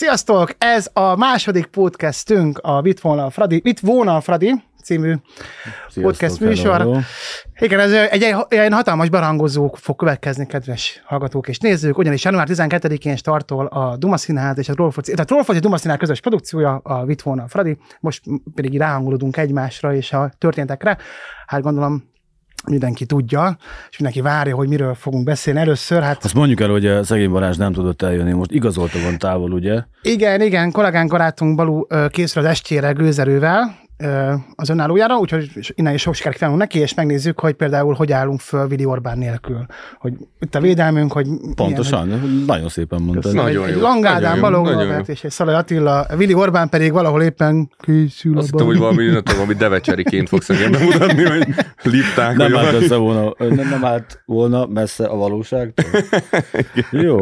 Sziasztok! Ez a második podcastünk, a Mit volna a Fradi című podcast műsor. Igen, ez egy hatalmas barangozó fog következni, kedves hallgatók és nézők, ugyanis január 12-én startol a Duma Színház és a Trollfoci Duma Színház közös produkciója, a Mit volna a Fradi. Most pedig ráhangolódunk egymásra és a történetekre. Hát gondolom, mindenki tudja, és mindenki várja, hogy miről fogunk beszélni először. Hát... Azt mondjuk el, hogy a szegény Balázs nem tudott eljönni, most igazolta van távol, ugye? Igen, kollégánk, barátunk Balú készül az estére gőzerővel az önállójára, úgyhogy innen is sok sikert kívánunk neki, és megnézzük, hogy például hogy állunk föl Vili Orbán nélkül. Hogy itt a védelmünk, hogy... Pontosan, milyen, hogy... nagyon szépen mondtad. Nagyon jó. Langádán, Balogh Norbert és egy Szalai Attila, Vili Orbán pedig valahol éppen készül. Azt hittem, hogy valami devecseriként fogsz engem bemutatni, hogy lipták. Nem állt volna messze a valóságtól. Jó.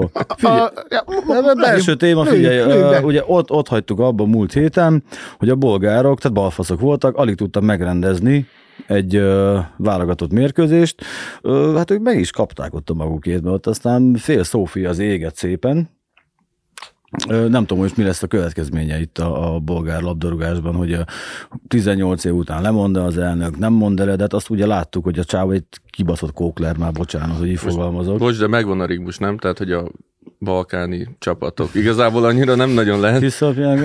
Belső téma, figyelj, ugye ott hagytuk abba múlt héten, hogy a bolgárok, tehát balfaszok voltak, alig tudtam megrendezni egy válogatott mérkőzést. Hát ők meg is kapták ott a magukét, mert ott aztán fél Szófia az éget szépen. Nem tudom, hogy mi lesz a következménye itt a bolgár labdarúgásban, hogy 18 év után lemond az elnök, nem mond el, de hát azt ugye láttuk, hogy a csáva egy kibaszott kókler, már bocsánat, hogy így fogalmazok. Bocs, de megvan a rigmus, nem? Tehát, hogy a balkáni csapatok. Igazából annyira nem nagyon lehet.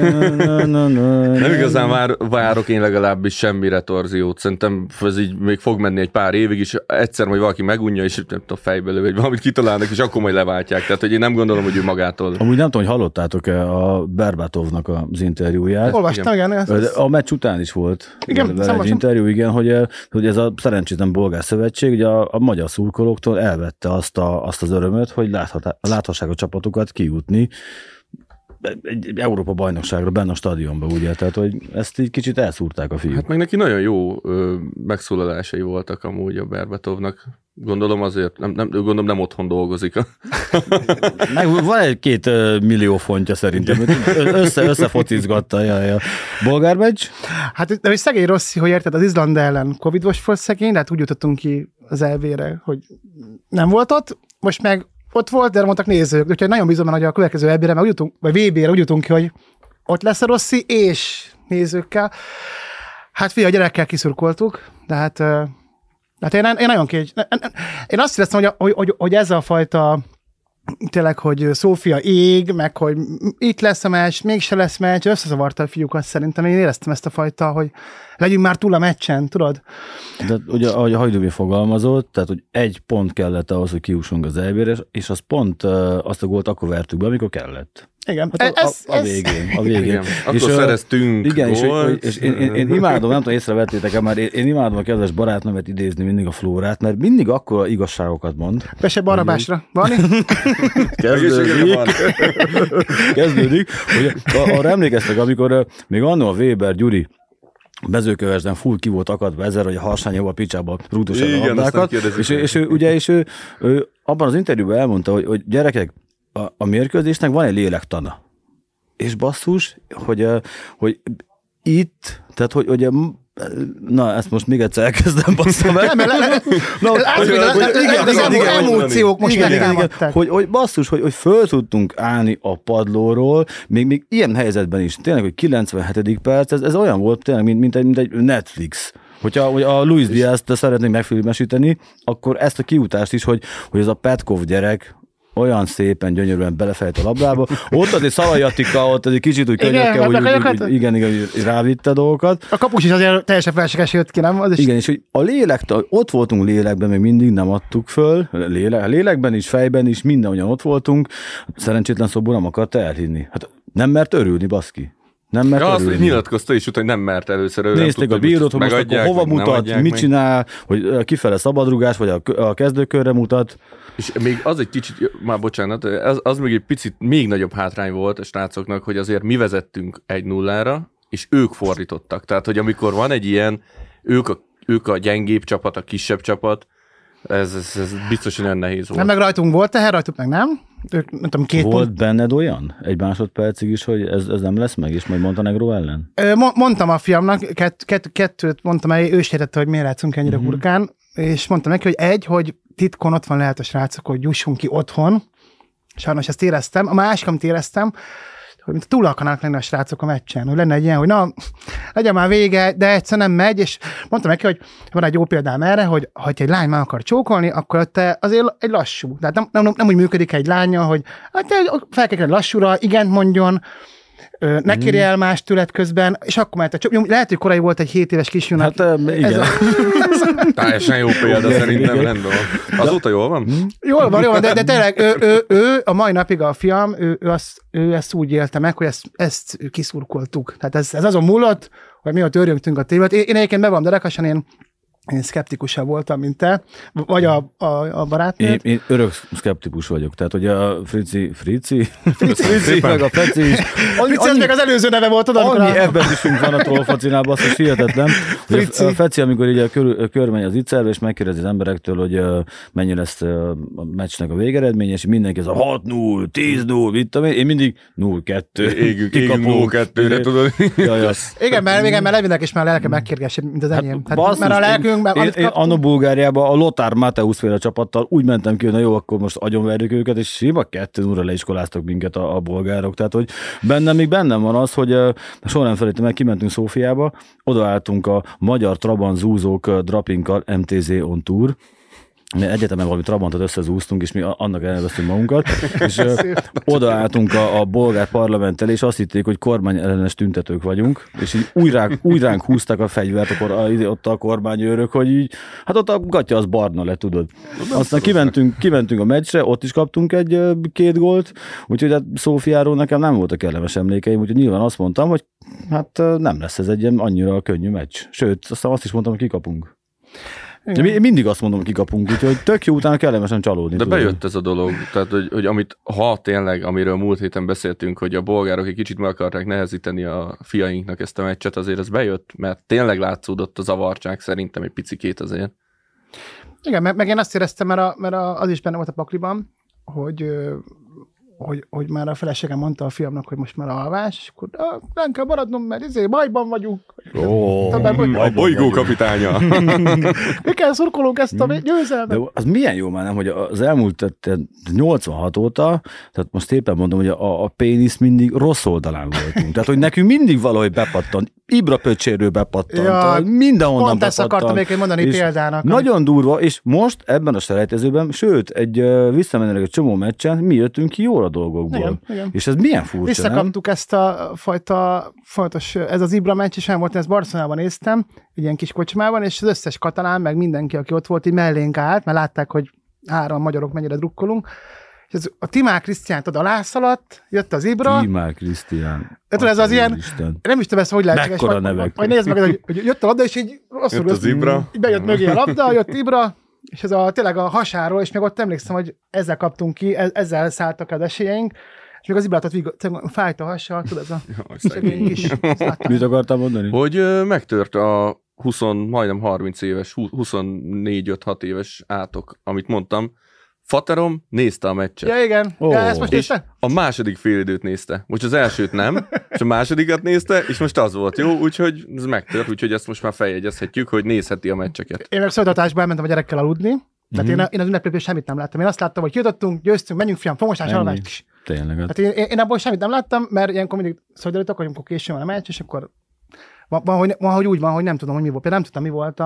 Nem igazán várok én legalábbis semmi retorziót. Szerintem ez így még fog menni egy pár évig, és egyszer majd valaki megunja, és nem tudom, fejbe lő, vagy valamit kitalálnak, és akkor majd leváltják. Tehát, hogy én nem gondolom, hogy ő magától. Amúgy nem tudom, hogy hallottátok-e a Berbatovnak az interjúját. Olvastam, igen. A meccs után is volt egy interjú, igen, hogy ez a szerencsétlen bolgár szövetség ugye a magyar szurkolóktól elvette azt az örömöt, hogy láthassák a csapatokat kijutni egy Európa bajnokságra benne a stadionban, ugye? Tehát, hogy ezt így kicsit elszúrták a fiúk. Hát meg neki nagyon jó megszólalásai voltak amúgy a Berbatovnak. Gondolom azért, gondolom nem otthon dolgozik. Meg van egy-két millió fontja szerintem. Összefocizgatta a bolgár meccs. Hát de hogy szegény Rossi, hogy érted, az Izland ellen Covid-os volt szegény, de hát úgy jutottunk ki az EB-re, hogy nem volt ott, most meg ott volt, de mondtak nézők, úgyhogy nagyon bízom, hogy a következő EB-re meg jutunk, vagy VB-re úgy jutunk ki, hogy ott lesz a Rossi, és nézőkkel. Hát figyelj, a gyerekkel kiszurkoltuk, de hát én nagyon én azt éreztem, hogy ez a fajta tényleg, hogy Szófia ég, meg hogy itt lesz a meccs, mégse lesz meccs, összezavarta a fiúkat szerintem. Én éreztem ezt a fajta, hogy legyünk már túl a meccsen, tudod? De ugye, ahogy a Hajdúbi fogalmazott, tehát, hogy egy pont kellett ahhoz, hogy kiussunk az EB-re, és az pont azt a gólt akkor vertük be, amikor kellett. Igen. Hát a végén. Igen. Akkor szereztünk. Igen, és én imádom, nem tudom, észrevettétek-e már, én imádom a kedves barátnőmet idézni mindig a Flórát, mert mindig akkor igazságokat mond. Bese Barabásra. Vani? Kezdődik. Arra emlékeztek, amikor még annó a Weber Gyuri Mezőkövesden full ki volt akadva ezzel, hogy a Harsányóval picsába rúgdosan a labdákat. És ő abban az interjúban elmondta, hogy gyerekek, a mérkőzésnek van egy lélektana. És basszus, hogy itt, tehát hogy na, ezt most még egyszer elkezdem, basszom el. Igen, emóciók most megtámadták. Hogy basszus, hogy föl tudtunk állni a padlóról, még ilyen helyzetben is. Tényleg, hogy 97. perc, ez olyan volt tényleg, mint egy Netflix. Hogyha a Luis Diaz-t szeretnénk megfilmesíteni, akkor ezt a kiutást is, hogy ez a Petkov gyerek olyan szépen, gyönyörűen belefejt a labdába. Ott azért Szalai Attika, ott egy kicsit úgy könnyekkel, hogy igen, rávitte dolgokat. A kapus is azért teljesen felséges jött ki, nem? Igen, és hogy ott voltunk lélekben, még mindig nem adtuk föl. Lélekben is, fejben is, mindenhogyan ott voltunk. Szerencsétlen Szobor nem akart elhinni. Hát nem mert örülni, baszki. Nem mert örülni. Azt nyilatkozta is, hogy nem mert először. Nézték a bírót, hogy most akkor hova mutat, mit csinál, hogy kifele szabadrugás, vagy a kezdőkörre mutat. És még az egy kicsit, már bocsánat, az még egy picit még nagyobb hátrány volt a srácoknak, hogy azért mi vezettünk 1-0-ra, és ők fordítottak. Tehát, hogy amikor van egy ilyen, ők a gyengébb csapat, a kisebb csapat, ez biztos, hogy nagyon nehéz volt. Nem, meg rajtunk volt teher, rajtuk meg nem. Nem tudom, volt benned olyan? Egy másodpercig is, hogy ez nem lesz meg, és majd Montenegro ellen? Mondtam a fiamnak, kettőt mondtam el, ő is értette, hogy miért látszunk ennyire hurkán, és mondtam neki, hogy titkon ott van lehet a srácok, hogy jussunk ki otthon. Sajnos ezt éreztem. A másik, amit éreztem, mint túl akarnak lenni a srácok a meccsen, hogy lenne egy ilyen, hogy na, legyen már vége, de egyszer nem megy, és mondtam neki, hogy van egy jó példám erre, hogy ha egy lány már akar csókolni, akkor te azért egy lassú. Tehát nem úgy működik egy lánya, hogy hát fel kell lassúra, igent mondjon, ne kérje el más tőled közben, és akkor mert lehet, hogy korai volt egy 7 éves kisfiúnak. Hát igen. Teljesen jó példa szerintem, rendben. Azóta jól van? Jól van, de tényleg ő a mai napig a fiam, ő ezt úgy élte meg, hogy ezt kiszurkoltuk. Tehát ez azon múlott, hogy mi ott örjöntünk a tévét. Én egyébként megvan derekasan, én szkeptikusabb voltam, mint te, vagy a barátnőd. Én örök szkeptikus vagyok. Tehát, hogy a Frici meg a Feci is. Frici meg az előző neve volt, oda. Annyi ebbentisünk van a trollfocinában, azt is hihetetlen. A Feci, amikor így körmegy az icerbe, és megkérdezi az emberektől, hogy mennyi lesz a meccsnek a végeredmény, és mindenki ez a 6-0, 10-0, mit tudom én mindig 0-2. Égünk 0-2-re, tudod. Igen, mert Levinek is már lelke megkérgesse, mint az enyém. Mert a lelkünk én anno Bulgáriában a Lothar Mateusz féle csapattal úgy mentem ki, hogy na jó, akkor most agyonverjük őket, és sima 2-0-ra leiskoláztak minket a bolgárok. Tehát, hogy bennem van az, hogy soha nem felejtem meg, kimentünk Szófiába, odaálltunk a magyar Trabant zúzók drapinkkal MTZ on Tour, egyetemen valami Trabantot összezúztunk, és mi annak elneveztünk magunkat, és odaálltunk a bolgár parlamenttel, és azt hitték, hogy kormányellenes tüntetők vagyunk, és így új ránk húztak a fegyvert ott a kormányőrök, hogy így, hát ott a gatya az barna le, tudod. Aztán kimentünk a meccsre, ott is kaptunk két gólt, úgyhogy hát Szófiáról nekem nem voltak kellemes emlékeim, úgyhogy nyilván azt mondtam, hogy hát nem lesz ez egy ilyen annyira könnyű meccs. Sőt, aztán azt is mondtam, hogy kikapunk. Én mindig azt mondom, hogy kikapunk, úgyhogy tök jó, utána kellemesen csalódni. De tudom. Bejött ez a dolog, tehát hogy ha tényleg, amiről múlt héten beszéltünk, hogy a bolgárok egy kicsit meg akarták nehezíteni a fiainknak ezt a meccset, azért ez bejött, mert tényleg látszódott a zavartság szerintem egy picikét azért. Igen, meg én azt éreztem, mert az is benne volt a pakliban, hogy már a feleségem mondta a fiamnak, hogy most már alvás, és akkor nem kell maradnom, mert bajban vagyunk. A bolygó kapitánya. Mi kell szurkolunk ezt a győzelmet? De az milyen jó már nem, hogy az elmúlt 86 óta, tehát most szépen mondom, hogy a pénisz mindig rossz oldalán voltunk. Tehát, hogy nekünk mindig valahogy bepattant. Ibra pöcséről bepattant. Mindenhonnan pont ezt akartam még mondani példának. Nagyon durva, és most ebben a selejtezőben, sőt, visszamenőleg egy csomó meccsen, mi jöttünk ki jól a dolgokból. Igen. És ez milyen furcsa, visszakaptuk ezt a fajtos, ez az Ibra meccs, és volt, ezt Barcelonában néztem, egy ilyen kis kocsmában, és az összes katalán, meg mindenki, aki ott volt, így mellénk állt, mert látták, hogy 3 magyarok mennyire drukkolunk. És ez a Timár Krisztiánt oda alászaladt, jött az Ibra. Timár Krisztián. Ez az ilyen, nem is tudom ezt, hogy lehetséges. Mekkora nevek. Majd nézd meg, hogy jött a labda, és így rosszul jött az Ibra. Így bejött mögé a labda, jött Ibra, és ez tényleg a hasáról, és még ott emlékszem, hogy ezzel kaptunk ki, ezzel szálltak az esélyeink, és még az Ibrátot fájt a hassal, tudod, ez a szegény kis. Mit akartam mondani? Hogy megtört a majdnem 30 éves, 24-5-6 éves átok, amit mondtam. Faterom nézte a meccset. Ja, igen. Ja, ezt most nézte? A második félidőt nézte. Most az elsőt nem, és a másodikat nézte, és most az volt jó, úgyhogy ez megtört, úgyhogy ezt most már feljegyezhetjük, hogy nézheti a meccseket. Én meg szolgatásba elmentem a gyerekkel aludni, tehát én az ünneplőből semmit nem láttam. Én azt láttam, hogy kijutottunk, győztünk, menjünk fiam, fogmosás alvást. Tényleg. Hát én abból semmit nem láttam, mert ilyenkor mindig szolidaritok, amikor későn van a meccs, és akkor van, hogy úgy van, hogy nem tudom, hogy mi volt. Például nem tudtam, mi volt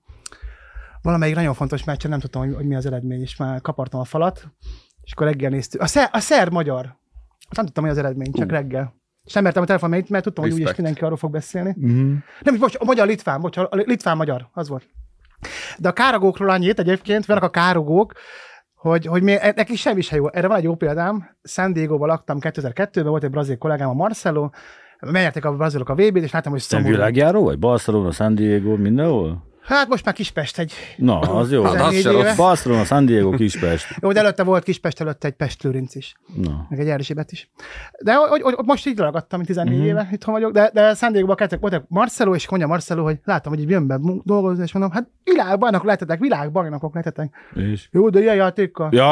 valamelyik nagyon fontos meccsen, nem tudtam, hogy mi az eredmény, és már kapartam a falat, és akkor reggel néztük. A szerb-magyar. Nem tudtam, mi az eredmény, csak reggel. És nem mertem a telefonon, mert tudtam, hogy úgyis mindenki arról fog beszélni. Nem, bocs, a magyar-litván, a litván-magyar, az volt. De a károgókról annyit egyébként, vannak a károgók, hogy neki semmi se jó. Erre van egy jó példám. San Diego-ban laktam 2002-ben, volt egy brazil kollégám, a Marcelo, megnyerték a brazilok a VB-t, és láttam, hogy szomorú. Világjáró vagy? Barcelona, San Diego, mindenhol? Hát most már Kispest egy. Na, az jó. Barcelona, San Diego, Kispest. Jó, de előtte volt Kispest, előtte egy Pest-Lőrinc is. Na. Meg egy Erzsébet is. De hogy most így ragadtam, 14 éve itthon vagyok, de San Diego-ban volt Marcelo, és mondja Marcelo, hogy látom, hogy így jön be dolgozni, és mondom, hát világbajnokok lehetetek. És? Jó, de ilyen játékkal. Ja.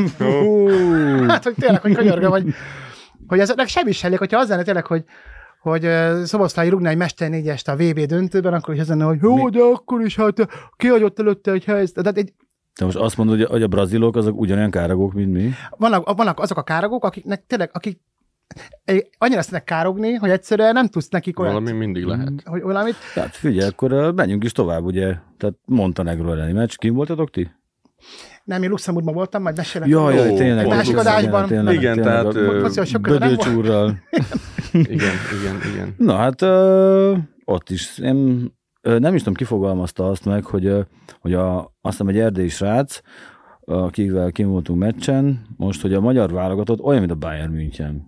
Hát, hogy tényleg, hogy könyörgöm, hogy ezeknek semmi se elég, hogyha az lenne tényleg, hogy Szoboszlai rúgná egy Mester 4-est a VB döntőben, akkor is az lenne, hogy jó, de akkor is hát kihagyott előtte egy helyzet. Te most azt mondod, hogy a brazilok azok ugyanolyan káragók, mint mi? Vannak azok a káragók, akiknek tényleg, annyira szeretnek károgni, hogy egyszerűen nem tudsz nekik olyat. Valami mindig lehet. Hogy valamit. Tehát figyelj, akkor menjünk is tovább, ugye? Tehát Montenegro elleni meccs. Kim voltatok ti? Nem, én Luxemburgban voltam, majd mesélek. Jaj, tényleg. Másik adásban. Igen, tehát... Bödöcs úrral. Igen. Na hát ott is. Én nem is tudom, kifogalmazta azt meg, hogy azt hiszem egy erdélyi srác, akikvel kim voltunk meccsen, most, hogy a magyar válogatott olyan, mint a Bayern München.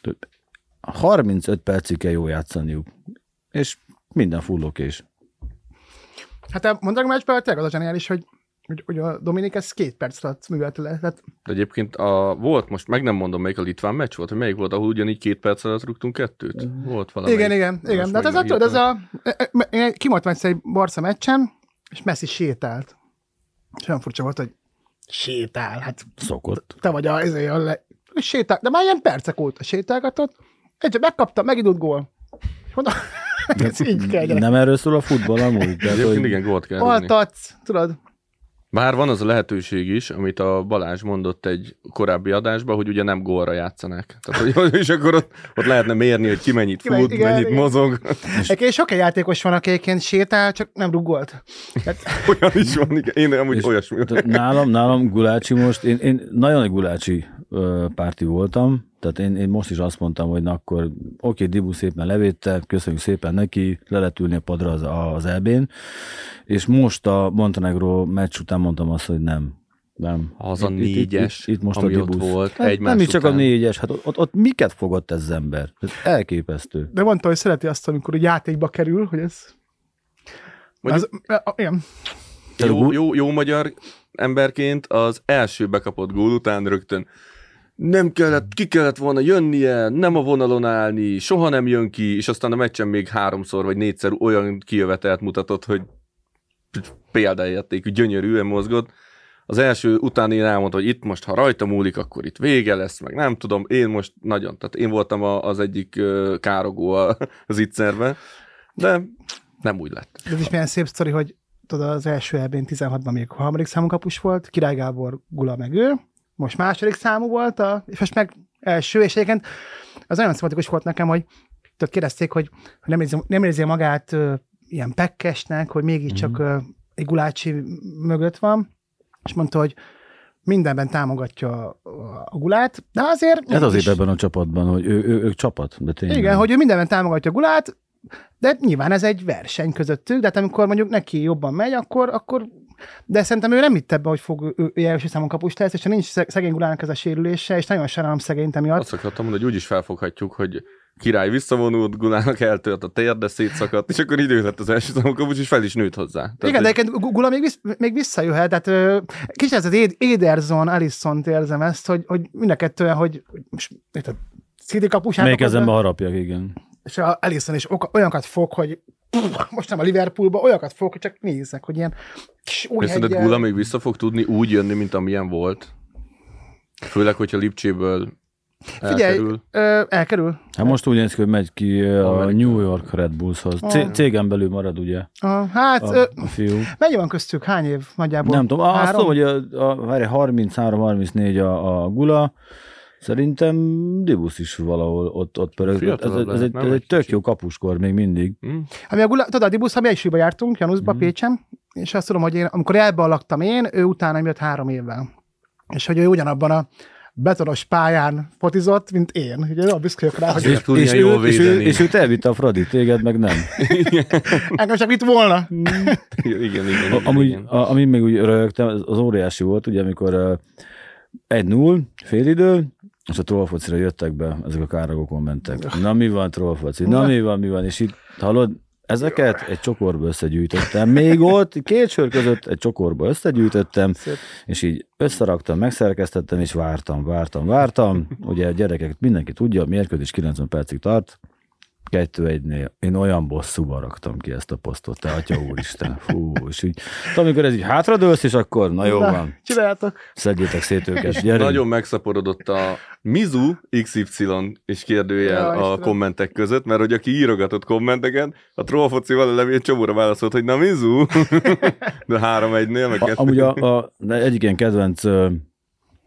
35 percig kell jól játszaniuk. És minden fullokés. Hát mondják meccsben, tényleg az a zseniális, hogy a Dominik ezt 2 perc alatt művelte le. Tehát... De egyébként volt, most meg nem mondom, melyik a litván meccs volt, hogy melyik volt, ahol ugyanígy 2 perc alatt rúgtunk 2-t? Volt valami. Igen. De hát én kimoltam egyszer egy Barca meccsen, és Messi sétált. És olyan furcsa volt, hogy sétál, hát szokott. Te vagy sétál, de már ilyen percek óta sétálgatott, egy megkapta, megidott gól. Mondom, ez így kell. Nem erről szól a futball amúgy. Igen, gólt kell rúgni. Altatsz, tudod. Bár van az a lehetőség is, amit a Balázs mondott egy korábbi adásban, hogy ugye nem gólra játszanak. Tehát, és akkor ott lehetne mérni, hogy ki mennyit fut, mennyit mozog. És sok játékos van, aki egyébként sétál, csak nem ruggolt. Olyan is van, igen. Én amúgy olyasmi. Nálam Gulácsi most, én nagyon egy Gulácsi párti voltam, tehát én most is azt mondtam, hogy na akkor oké, Dibu szépen levédte, köszönjük szépen neki, le lehet ülni a padra az EB-n, és most a Montenegro meccs után mondtam azt, hogy nem. Az a 4-es, itt most ami a ott volt, hát nem is csak a 4-es, hát ott miket fogott ez ember? Ez elképesztő. De mondta, hogy szereti azt, amikor játékba kerül, hogy ez... Igen. Jó magyar emberként az első bekapott gól után rögtön ki kellett volna jönnie, nem a vonalon állni, soha nem jön ki, és aztán a meccsen még 3-szor vagy 4-szer olyan kijövetelt mutatott, hogy példaértékű, gyönyörűen mozgott. Az első után én elmondtam, hogy itt most, ha rajta múlik, akkor itt vége lesz, meg nem tudom, én most nagyon, tehát én voltam az egyik károgó az ittszerben, de nem úgy lett. Ez is milyen szép sztori, hogy tudod, az első EB-n 16-ban még 3. számú kapus volt, Király Gábor, Gula meg ő, most 2. számú volt, és most meg első, és egyébként az nagyon szimpatikus volt nekem, hogy kérdezték, hogy nem érzi magát ilyen pekkesnek, hogy mégiscsak egy Gulácsi mögött van, és mondta, hogy mindenben támogatja a Gulát, de azért... Ez azért ebben a csapatban, hogy ők csapat, de tényleg. Igen, hogy ő mindenben támogatja a Gulát, de nyilván ez egy verseny közöttük, de hát amikor mondjuk neki jobban megy, akkor de szerintem ő nem hitt ebbe, hogy fog ő első számon kapust lesz, és nincs szegény Gulának ez a sérülése, és nagyon sajnálom szegényt emiatt. Azt akartam mondani, hogy úgy is felfoghatjuk, hogy Király visszavonult, Gulának eltört a térde, szétszakadt, és akkor idő lett az első számon kapus, és fel is nőtt hozzá. Tehát, igen, de egyébként Gula még visszajöhet, tehát kicsit ez az Ederson, Alisson-t érzem ezt, hogy mind a kettően, hogy City kapusát... Melyik ezenben harapjak, igen. És Alisson is olyanokat fog, hogy most nem a Liverpoolba, olyakat fog, hogy csak nézzek, hogy ilyen kis új hegyen... Szerinted Gula még vissza fog tudni úgy jönni, mint amilyen volt? Főleg, hogyha Lipcséből elkerül. Figyelj, elkerül. Hát most úgy néz ki, hogy megy ki a New York Red Bullshoz. Cégen belül marad, ugye? Hát, a fiú. Mennyi van köztük? Hány év nagyjából? Nem tudom. Azt tudom, hogy 33-34 a Gula. Szerintem Dibusz is valahol ott pörög. Ez egy tök jó kapuskor még mindig. Ami a Gula, tudod, a Dibusz, mi is jártunk, Januszba, Pécsen, és azt tudom, hogy én, amikor elben laktam én, ő utána jött 3 évvel. És hogy ő ugyanabban a betonos pályán fotizott, mint én. Ugye nagyon büszke vagyok rá, hogy... És őt elvitte a Fradi, téged meg nem. Engem csak itt volna. Igen. Amíg még úgy rögtem, az óriási volt, ugye, amikor 1-0, félidő, és a trollfocira jöttek be ezek a káragó kommentek. Na mi van trollfoci? Na mi van? És itt hallod, ezeket egy csokorba összegyűjtöttem. Még ott 2 sör között egy csokorba összegyűjtöttem, és így összeraktam, megszerkesztettem, és vártam. Ugye a gyerekek, mindenki tudja, a mérkőzés 90 percig tart, 2-1-nél. Én olyan bosszúban raktam ki ezt a posztot, te atya úristen. Fú, és így, amikor ez így hátradőlsz, és akkor, na jó van. Csináljátok. Szedjétek szét őket, gyerünk. Nagyon megszaporodott a Mizu XY és kérdőjel a kommentek között, mert hogy aki írogatott kommenteken, a trollfocival levél csomóra válaszolt, hogy na Mizu, de 3-1-nél meg amúgy egyik ilyen kedvenc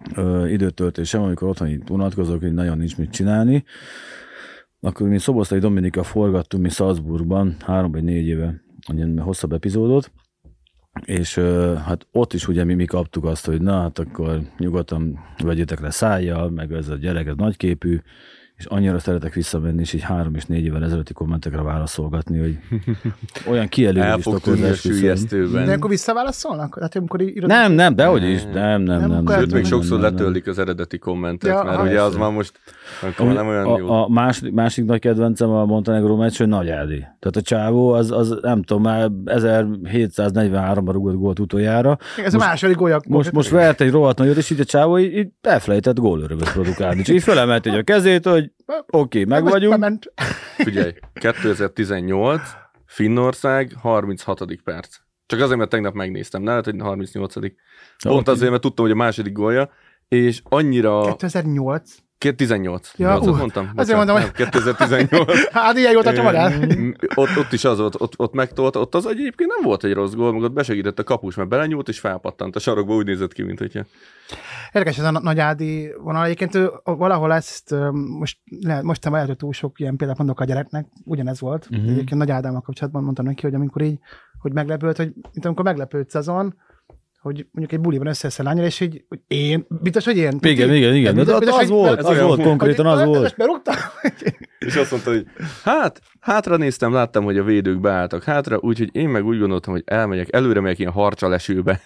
időtöltésem, amikor otthon itt unatkozok, hogy nagyon nincs mit csinálni, akkor mi Szoboszlai Dominika forgattunk mi Salzburgban 3 vagy 4 éve egy hosszabb epizódot, és hát ott is ugye mi kaptuk azt, hogy na hát akkor nyugodtan vegyétek le szájjal, meg ez a gyerek, ez nagyképű, és annyira szeretek visszamenni, és így 3 és 4 évvel ezelőtti kommentekre válaszolgatni, hogy olyan kielégülést okozás. De akkor visszaválaszolnak? Hát, nem, dehogy is. Nem. Sőt, még sokszor letörlik az eredeti kommentet, mert ugye az már most akkor nem olyan jó. A másik nagy kedvencem a Montenegro meccs, hogy Nagy Ádi. Tehát a csávó, az nem tudom, már 1743-ban rúgott gólt utoljára. Ez a második gólya. Most vert egy rohadt nagyot, és így a csávó így elfelejtett gólörövet produkálni. Csak így felemelt a kezét, hogy oké, meg vagyunk. Figyelj, 2018, Finnország, 36. perc. Csak azért, mert tegnap megnéztem, ne lehet, hogy 38. Pont azért, mert tudtam, hogy a második gólja, és annyira... 2008? 2018. Ja, mondtam. Azért mondtam, hogy... 2018. Hát ilyen jót a csavarál. Ott is az volt, ott megtolt, ott az egyébként nem volt egy rossz gól, meg ott besegített a kapus, mert belenyúlt és felpattant a sarokba, úgy nézett ki, mint hogyha... Érdekes ez a Nagy Ádi vonal. Egyébként valahol ezt most lehet, hogy túl sok ilyen példát mondok a gyereknek, ugyanez volt. Egyébként Nagy Ádámmal kapcsolatban mondtam neki, hogy amikor így, hogy meglepődt, hogy mint amikor meglepődsz azon, hogy mondjuk egy buliban össze lányra, és így, hogy én, biztos, hogy én. Igen. De az volt, konkrétan az volt. És azt mondta, hogy hátra néztem, láttam, hogy a védők beálltak hátra, úgyhogy én meg úgy gondoltam, hogy elmegyek, előre megyek ilyen harcsalesőbe.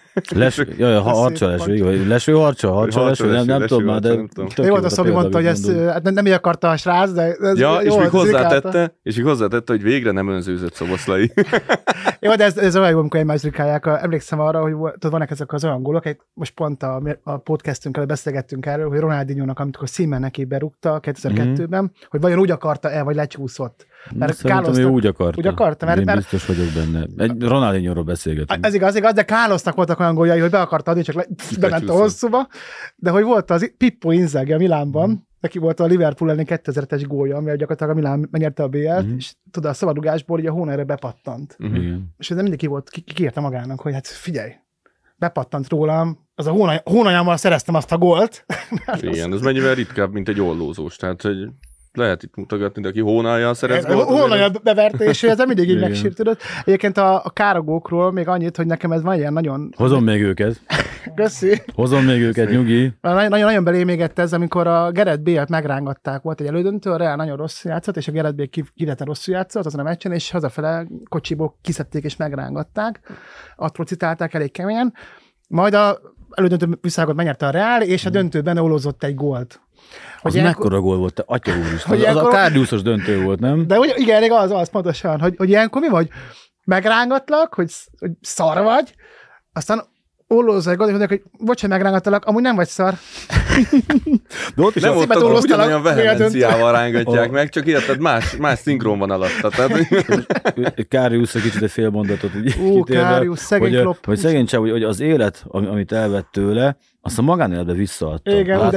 Harcsaleső, harcsaleső, nem tudom már, de... Jó volt, a Szabi mondta, hogy ezt nem így akarta a srác, de ez ja, és még hozzátette, hogy végre nem önzőzött Szoboszlai. Jó, de ez olyan jó, amikor egymást rikálják. Emlékszem arra, hogy vannak ezek az olyan gólok, most pont a podcastünkkel beszélgettünk erről, hogy Ronaldinho-nak, amikor Seaman neki berúgta 2002-ben, hogy vajon úgy akarta-e, vagy lecsúszott. Szerintem ő úgy akarta. Mert én biztos vagyok benne. Egy Ronaldinho-ról beszélgetünk. Ez igaz, de Carlosnak voltak olyan góljai, hogy be akarta adni, csak bement a hosszúba. De hogy volt az Pippo Inzaghi a Milánban, neki volt a Liverpool elleni 2000-es gólja, amivel gyakorlatilag a Milán megnyerte a BL-t, és tudod, a szabadrugásból így a hónalra bepattant. És ez nem mindig kiírta magának, hogy hát figyelj, bepattant rólam, az a hónaljammal szereztem azt a gólt. Igen, ez mennyivel ritkább, mint egy ollózós, tehát hogy lehet itt mutogatni, de aki hónaljal szerez gólt. Hónaljal beverte, és ez mindig így megsírt, tudod. Egyébként a káragókról még annyit, hogy nekem ez van ilyen nagyon... Hozom még őket. Köszi. Hozom még őket, nyugi. Nagyon belém égett ez, amikor a Gareth Bale-t megrángatták, volt egy elődöntő, a Real nagyon rosszul játszott, és a Gareth Bale kiváltan rosszul játszott azon a meccsen, és hazafele kocsiból kiszedték és megrángatták. Atrocitálták elég keményen. Majd a elődöntő visszaállott, megnyerte a Real, és a döntőben olozott egy gólt. Az mekkora gól volt, te atya úristen. Az a Kárdiuszos döntő volt, nem? De igen, az pontosan, hogy ilyenkor mi vagy? Megrángatlak, hogy szar vagy, aztán ollózza egy gólt, és mondják, hogy bocsánat, megrángattalak, amúgy nem vagy szar. De ott is nem ott ugyanolyan vehemenciával rángatják meg, csak érted, más szinkron van alatta. Káriusz egy kicsit egy fél mondatot Káriusz, szegény Klopp. Hogy szegény csáv, hogy az élet, amit elvett tőle, azt a magánéletbe visszaadta. Igen,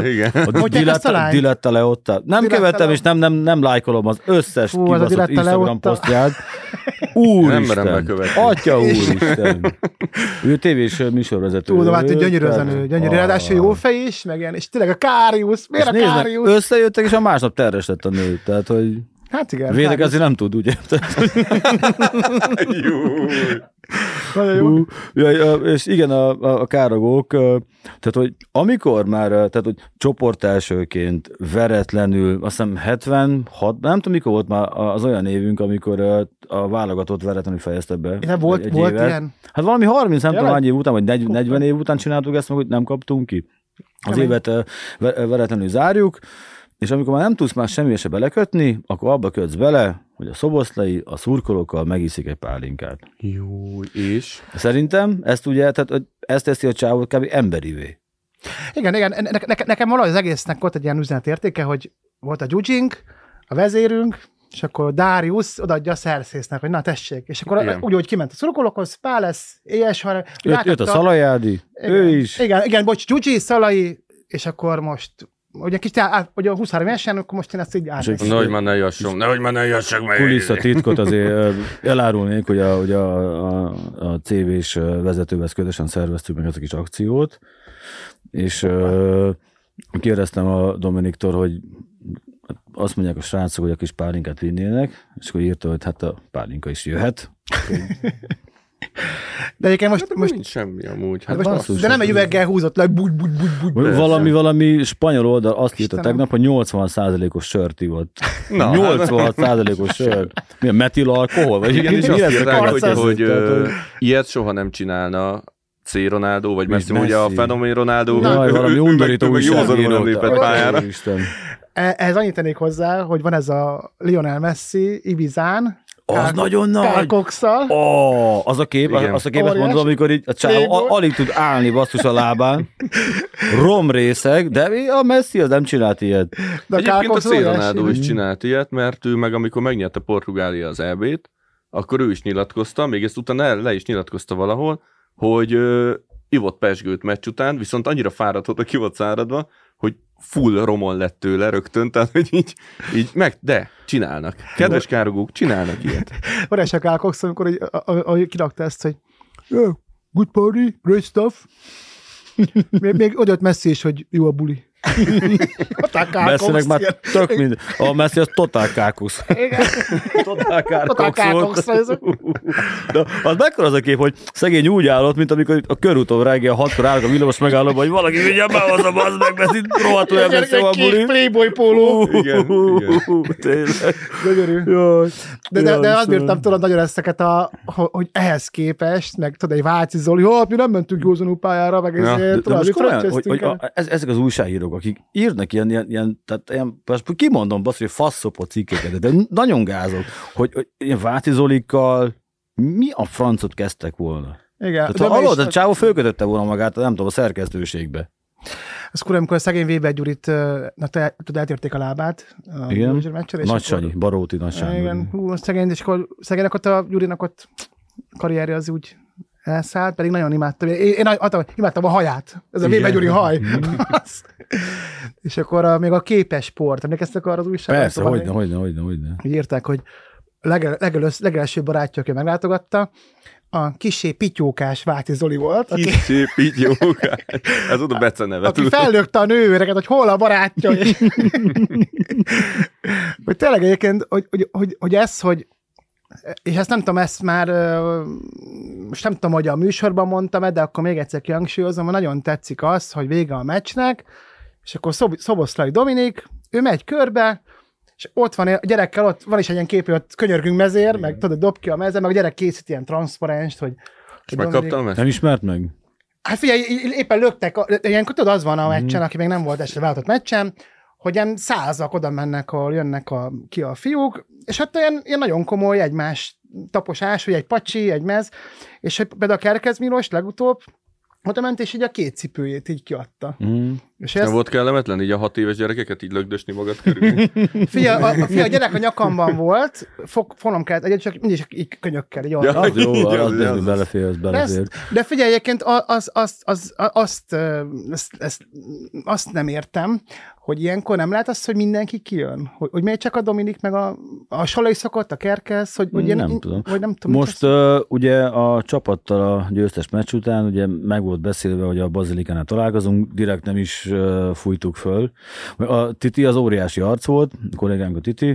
Diletta Leotta. Nem követem, és nem lájkolom az összes kibaszott Instagram posztját. Úristen. Nem merem bekövetni. Atya úristen. Ő tévés műsorvezető. Tudom, hát gyönyörű az a nő. Gyönyörű, ráadásul jó fej is, meg ilyen, és tényleg a Káriusz. Miért a Káriusz? Összejöttek, és a másnap terhes lett a nő. Tehát, hogy hát igen. Védekezni nem tud, ugye? Jó. És igen, a káragók, tehát, hogy amikor már, tehát, hogy csoportelsőként veretlenül, azt hiszem 76, nem tudom, mikor volt már az olyan évünk, amikor a válogatott veretlenül fejezte be. De volt ilyen? Hát valami 30, nem tudom, év után, vagy 40 év után csináltuk ezt, meg hogy nem kaptunk ki. Az évet veretlenül zárjuk, és amikor már nem tudsz már semmi se belekötni, akkor abba kötsz bele, hogy a Szoboszlai a szurkolókkal megiszik egy pálinkát. Jó, és? Szerintem ezt ugye, tehát ezt teszi a csávot kb. Emberivé. Igen, nekem valahogy az egésznek volt egy ilyen üzenetértéke, hogy volt a Gyugyink, a vezérünk, és akkor Darius odaadja a Szerszésznek, hogy na tessék. És akkor úgy, hogy kiment a szurkolókhoz, Pálesz, ES-har. Jött a Szalajádi, ő is. Igen, bocs, Gyugyi, Szalai, és akkor most ugye a 23 évesen, akkor most én ezt így átveszem. Nehogy már ne jassák meg. Kulisszatitkot azért elárulnék, hogy a CV-s vezetővel közösen szerveztük meg ezt a kis akciót. és kérdeztem a Dominiktól, hogy azt mondják a srácok, hogy a kis pálinkát vinnének, és akkor írta, hogy hát a pálinka is jöhet. De egyébként most nincs semmi amúgy. Hát de nem egy üveggel húzott le, Valami spanyol oldal azt írta tegnap, hogy 80%-os sört ivott. 86%-os sört. Milyen metilalkohol? Vagy igen, és azt írták, hogy ilyet soha nem csinálna C. Ronaldo, vagy Messi, ugye a fenomén Ronaldo. Valami undorító józanul lépett pályára. Ehhez annyit tennék hozzá, hogy van ez a Lionel Messi Ibizán, az nagyon nagy. Kálkokszal. Az a kép, azt mondom, amikor így a csávó alig tud állni basszus a lábán. Romrészeg, de a Messi az nem csinált ilyet. De egyébként a C. Ronaldo is csinált ilyet, mert ő meg amikor megnyerte Portugália az EB-t, akkor ő is nyilatkozta, még ezt utána le is nyilatkozta valahol, hogy ivott pezsgőt meccs után, viszont annyira fáradt volt, ki volt száradva, hogy full romon lett tőle rögtön, tehát hogy így de csinálnak. Kedves károgók, csinálnak ilyet. Van egy Kálkox, amikor kirakta ezt, hogy good party, great stuff. Még odajött Messi is, hogy jó a buli. Messinek már tök mind. A Messi az totál kákusz. Totál kákusz volt. De az mekkora az a kép, hogy szegény úgy állott, mint amikor a körúton reggel 6-kor állok a villamos megállóban, hogy valaki vigyen behozza, bazd meg, mert itt rohadtul elveszi a buli. Kék Playboy póló. Igen. Tényleg. De azt bírtam tudod nagyon ezeket, hogy ehhez képest, meg tudod, egy Váci Zoli, mi nem mentünk józanul pályára, meg ezért. Ezek az újságírók, akik írnak ilyen tehát ilyen, kimondom, hogy faszopott cikkeket, de nagyon gázok, hogy ilyen Váci Zolikkal mi a francot kezdtek volna? Igen. Tehát a csávó fölkötötte volna magát, nem tudom, a szerkesztőségbe. Az kurva, amikor a szegény Weber Gyurit eltérték a lábát. Igen, Nagy Sanyi, Baróti Nagy Sanyi. Igen, szegény, és akkor szegénynek ott a Gyurinak ott karrierje az úgy elszállt, pedig nagyon imádtam. Én imádtam a haját. Ez a Weber Gyuri haj. És akkor még a képes sport. Emlékeztek arra az újságban? Persze, hogyne. Írták, hogy legelső barátja, aki meglátogatta, a kissé pityókás Váci Zoli volt. Kissé pityókás. Ez oda beceneve. Aki fellökte a nővéreket, hogy hol a barátja. Hogy tényleg egyébként, hogy ez, hogy és ezt nem tudom, ezt már most nem tudom, hogy a műsorban mondtam, de akkor még egyszer kihangsúlyozom, hogy nagyon tetszik az, hogy vége a meccsnek, és akkor Szoboszlai Dominik, ő megy körbe, és ott van a gyerekkel, ott van is egy ilyen kép, hogy ott könyörgünk mezér, meg tudod, dob ki a mezér, meg a gyerek készít ilyen transzparenst, hogy és megkaptam ezt? Nem ismert meg? Hát figyelj, éppen löktek, ilyenkor tudod, az van a meccsen, aki még nem volt esetleg váltott meccsen, hogy ilyen 100-ak oda mennek, ahol jönnek ki a fiúk, és hát ilyen nagyon komoly egymás taposás, hogy egy pacsi, egy mez, és például a Kerkez Milos legutóbb oda ment, és így a két cipőjét így kiadta. És nem volt kellemetlen így a 6 éves gyerekeket így lögdösni magad körül? Fia, a gyerek a nyakamban volt, fonom kellett egyet, csak mindig így könyökkel. Így az jó, az belefér. De figyelj, egyébként azt nem értem, hogy ilyenkor nem lehet az, hogy mindenki kijön? Hogy miért csak a Dominik, meg a Salai szokott, a Kerkez, hogy nem tudom. Vagy nem tudom. Most ugye a csapattal a győztes meccs után ugye meg volt beszélve, hogy a Bazilikánál találkozunk, direkt nem is fújtuk föl. A Titi az óriási arc volt, a kollégánk a Titi.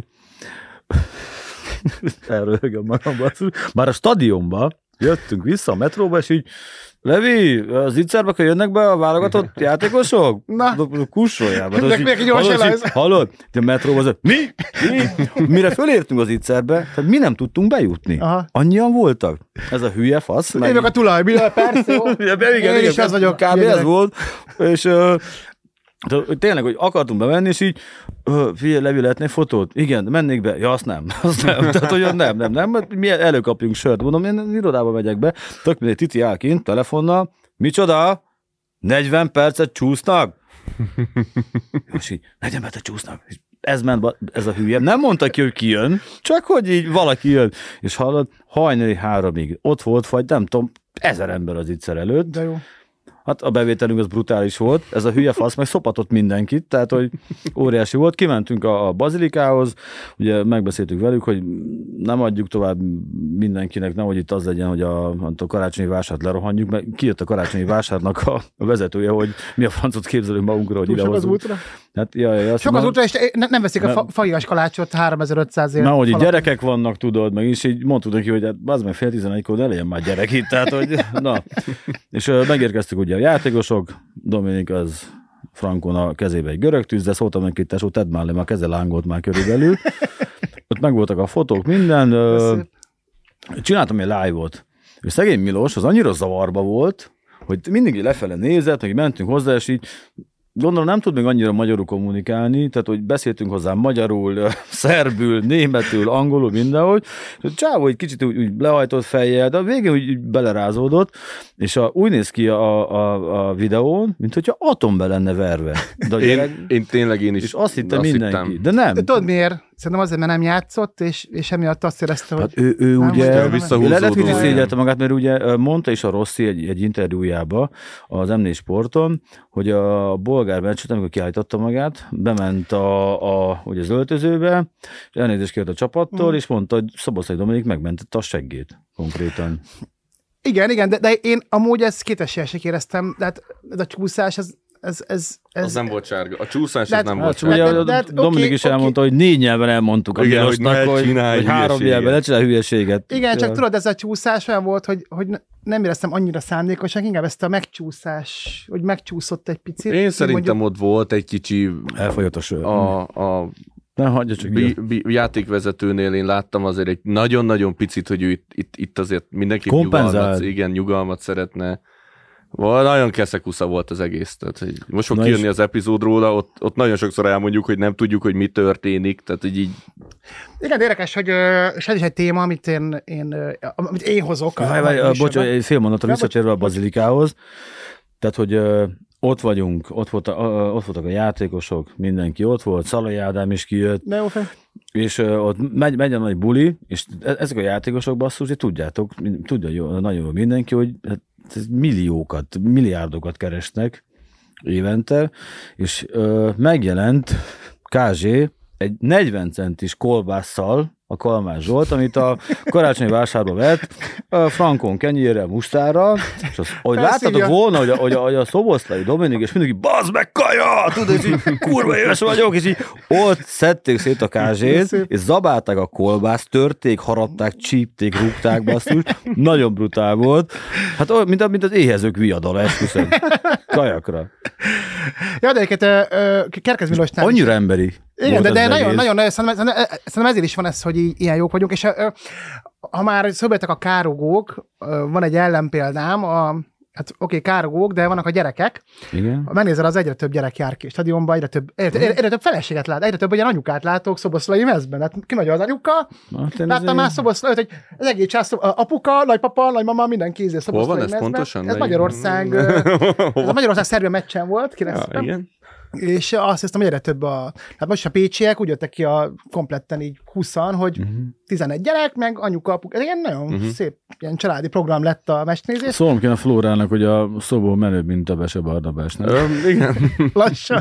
Elröhögöm magam. Már a stadionba jöttünk vissza a metróba, és így Levi, az Itzerbe, ha jönnek be a válogatott játékosok? Na. Kussoljál. Hallod? A metróba az, mi? Mire fölértünk az Itzerbe, tehát mi nem tudtunk bejutni. Aha. Annyian voltak. Ez a hülye fasz. Én meg a tulaj, persze, jó? Igen, ez vagyok. Kb. Ez volt. És tényleg, hogy akartunk bemenni, és így, figyelj, Levi, lehetne fotót? Igen, mennék be. Ja, azt nem. Tehát, hogy nem, mi előkapjunk sört. Mondom, én irodába megyek be, tök mindegy, Titi áll kint, telefonnal, micsoda? 40 percet csúsznak? És így, 40 percet csúsznak. Ez ment, ez a hülye. Nem mondta ki, hogy ki jön, csak hogy így valaki jön. És hallod, hajnali 3-ig ott volt, vagy nem tudom, 1000 ember az Itzer előtt. De jó. Hát a bevételünk az brutális volt, ez a hülye fasz meg szopatott mindenkit, tehát hogy óriási volt. Kimentünk a bazilikához, ugye megbeszéltük velük, hogy nem adjuk tovább mindenkinek, nehogy itt az legyen, hogy a karácsonyi vásárt lerohanjuk, mert kijött a karácsonyi vásárnak a vezetője, hogy mi a francot képzelünk magunkra, hogy idehozunk. Hát, sok az útra, és nem veszik a fagias kalácsot 3500 ér. Na, hogy gyerekek vannak, tudod, meg is így mondtuk neki, hogy hát az meg 10:30-kor ne legyen már gyerek itt, tehát hogy na. És megérkeztük ugye a játékosok, Dominik az Frankon a kezébe egy görög tűz, de szóltam neki, tesó, tedd már le, már keze lángolt már körülbelül. Ott megvoltak a fotók, minden. Csináltam egy live-ot. És szegény Milos az annyira zavarba volt, hogy mindig lefele nézett, meg mentünk hozzá, és így gondolom nem tud még annyira magyarul kommunikálni, tehát hogy beszéltünk hozzá magyarul, szerbül, németül, angolul, mindenhogy. Csávó egy kicsit úgy lehajtott fejjel, de a végén úgy belerázódott, és úgy néz ki a videón, mint hogyha atombe lenne verve. De én is. És azt hittem mindenki. De nem. De tudod miért? Szerintem azért, mert nem játszott, és emiatt azt érezte, hogy... Hát ő ugye lehet, hogy szégyelte magát, mert ugye mondta is a Rossi egy interjújába az M4 Sporton, hogy a bolgár meccset, amikor kiállította magát, bement ugye az öltözőbe, és elnézést kért a csapattól, és mondta, hogy Szoboszlai Dominik megmentette a seggét konkrétan. Igen, de én amúgy ezt kétesélyesek éreztem, de hát a csúszás, az nem volt sárga. A csúszás az nem volt sárga. Dominik is elmondta, hogy 4 nyelven elmondtuk a Milosnak, hogy 3 nyelven ne csinálj hülyeséget. Igen, csak tudod, ez a csúszás olyan volt, hogy nem éreztem annyira szándékosan, inkább ezt a megcsúszás, hogy megcsúszott egy picit. Én szerintem ott volt egy kicsi... Elfogyott a sör. Nem hagyja csak játékvezetőnél én láttam azért egy nagyon-nagyon picit, hogy ő itt azért mindenki nyugalmat szeretne. Nagyon keszekusza volt az egész. Tehát, hogy most fog kijönni az epizód róla, ott nagyon sokszor elmondjuk, hogy nem tudjuk, hogy mi történik. Tehát, hogy így... Igen, érdekes, hogy és ez is egy téma, amit én hozok. Bocs, egy fél mondatra visszatérve a bazilikához. Tehát, hogy ott vagyunk, ott voltak a játékosok, mindenki ott volt, Szalai Ádám is kijött. És ott megy a nagy buli, és ezek a játékosok basszus, tudja nagyon jól mindenki, hogy milliárdokat keresnek évente, és megjelent Kázsé egy 40 centis kolbásszal, a Kalmár Zsolt, amit a karácsonyi vásárba vett, frankon kenyérrel, mustárral, és ahogy láttatok volna, hogy a Szoboszlai Dominik, és mindenki, bazd meg kaja! Tudod, és így kurva éves vagyok, és így ott szedték szét a Kázsét, és zabálták a kolbászt, törték, harapták, csípték, rúgták, basszus. Nagyon brutál volt. Hát mint az éhezők viadala, esküszöm. Kajakra. Ja, de egyébként Kerkez Milosnál annyira emberi. Igen, de nagyon szerintem ezért is van ez, hogy ilyen jók vagyunk, és ha már szöbbetek a károgók, van egy ellenpéldám, hát oké, károgók, de vannak a gyerekek. Igen. Megnézel, az egyre több gyerek jár ki stadionba, egyre több feleséget lát, egyre több olyan anyukát látok Szoboszlai mezben. Hát ki nagy az anyuka? Láttam már Szoboszlait, hogy az egész csász, apuka, nagypapa, nagymama, mindenki ízé Szoboszlai mezben. Pontosan? Ez Magyarország, ez a Magyarország-Szerbia meccsen volt, igen. És azt hiszem, hogy egyre több hát most a pécsiek úgy jöttek ki kompletten így 20-an, hogy 11 gyerek, meg anyuka, apuka. Ez ilyen nagyon szép, ilyen családi program lett a meccsnézés. Szólom kéne Flórának, hogy a szobó menőbb, mint a Bese Barnabás, nem? Igen. Lassan.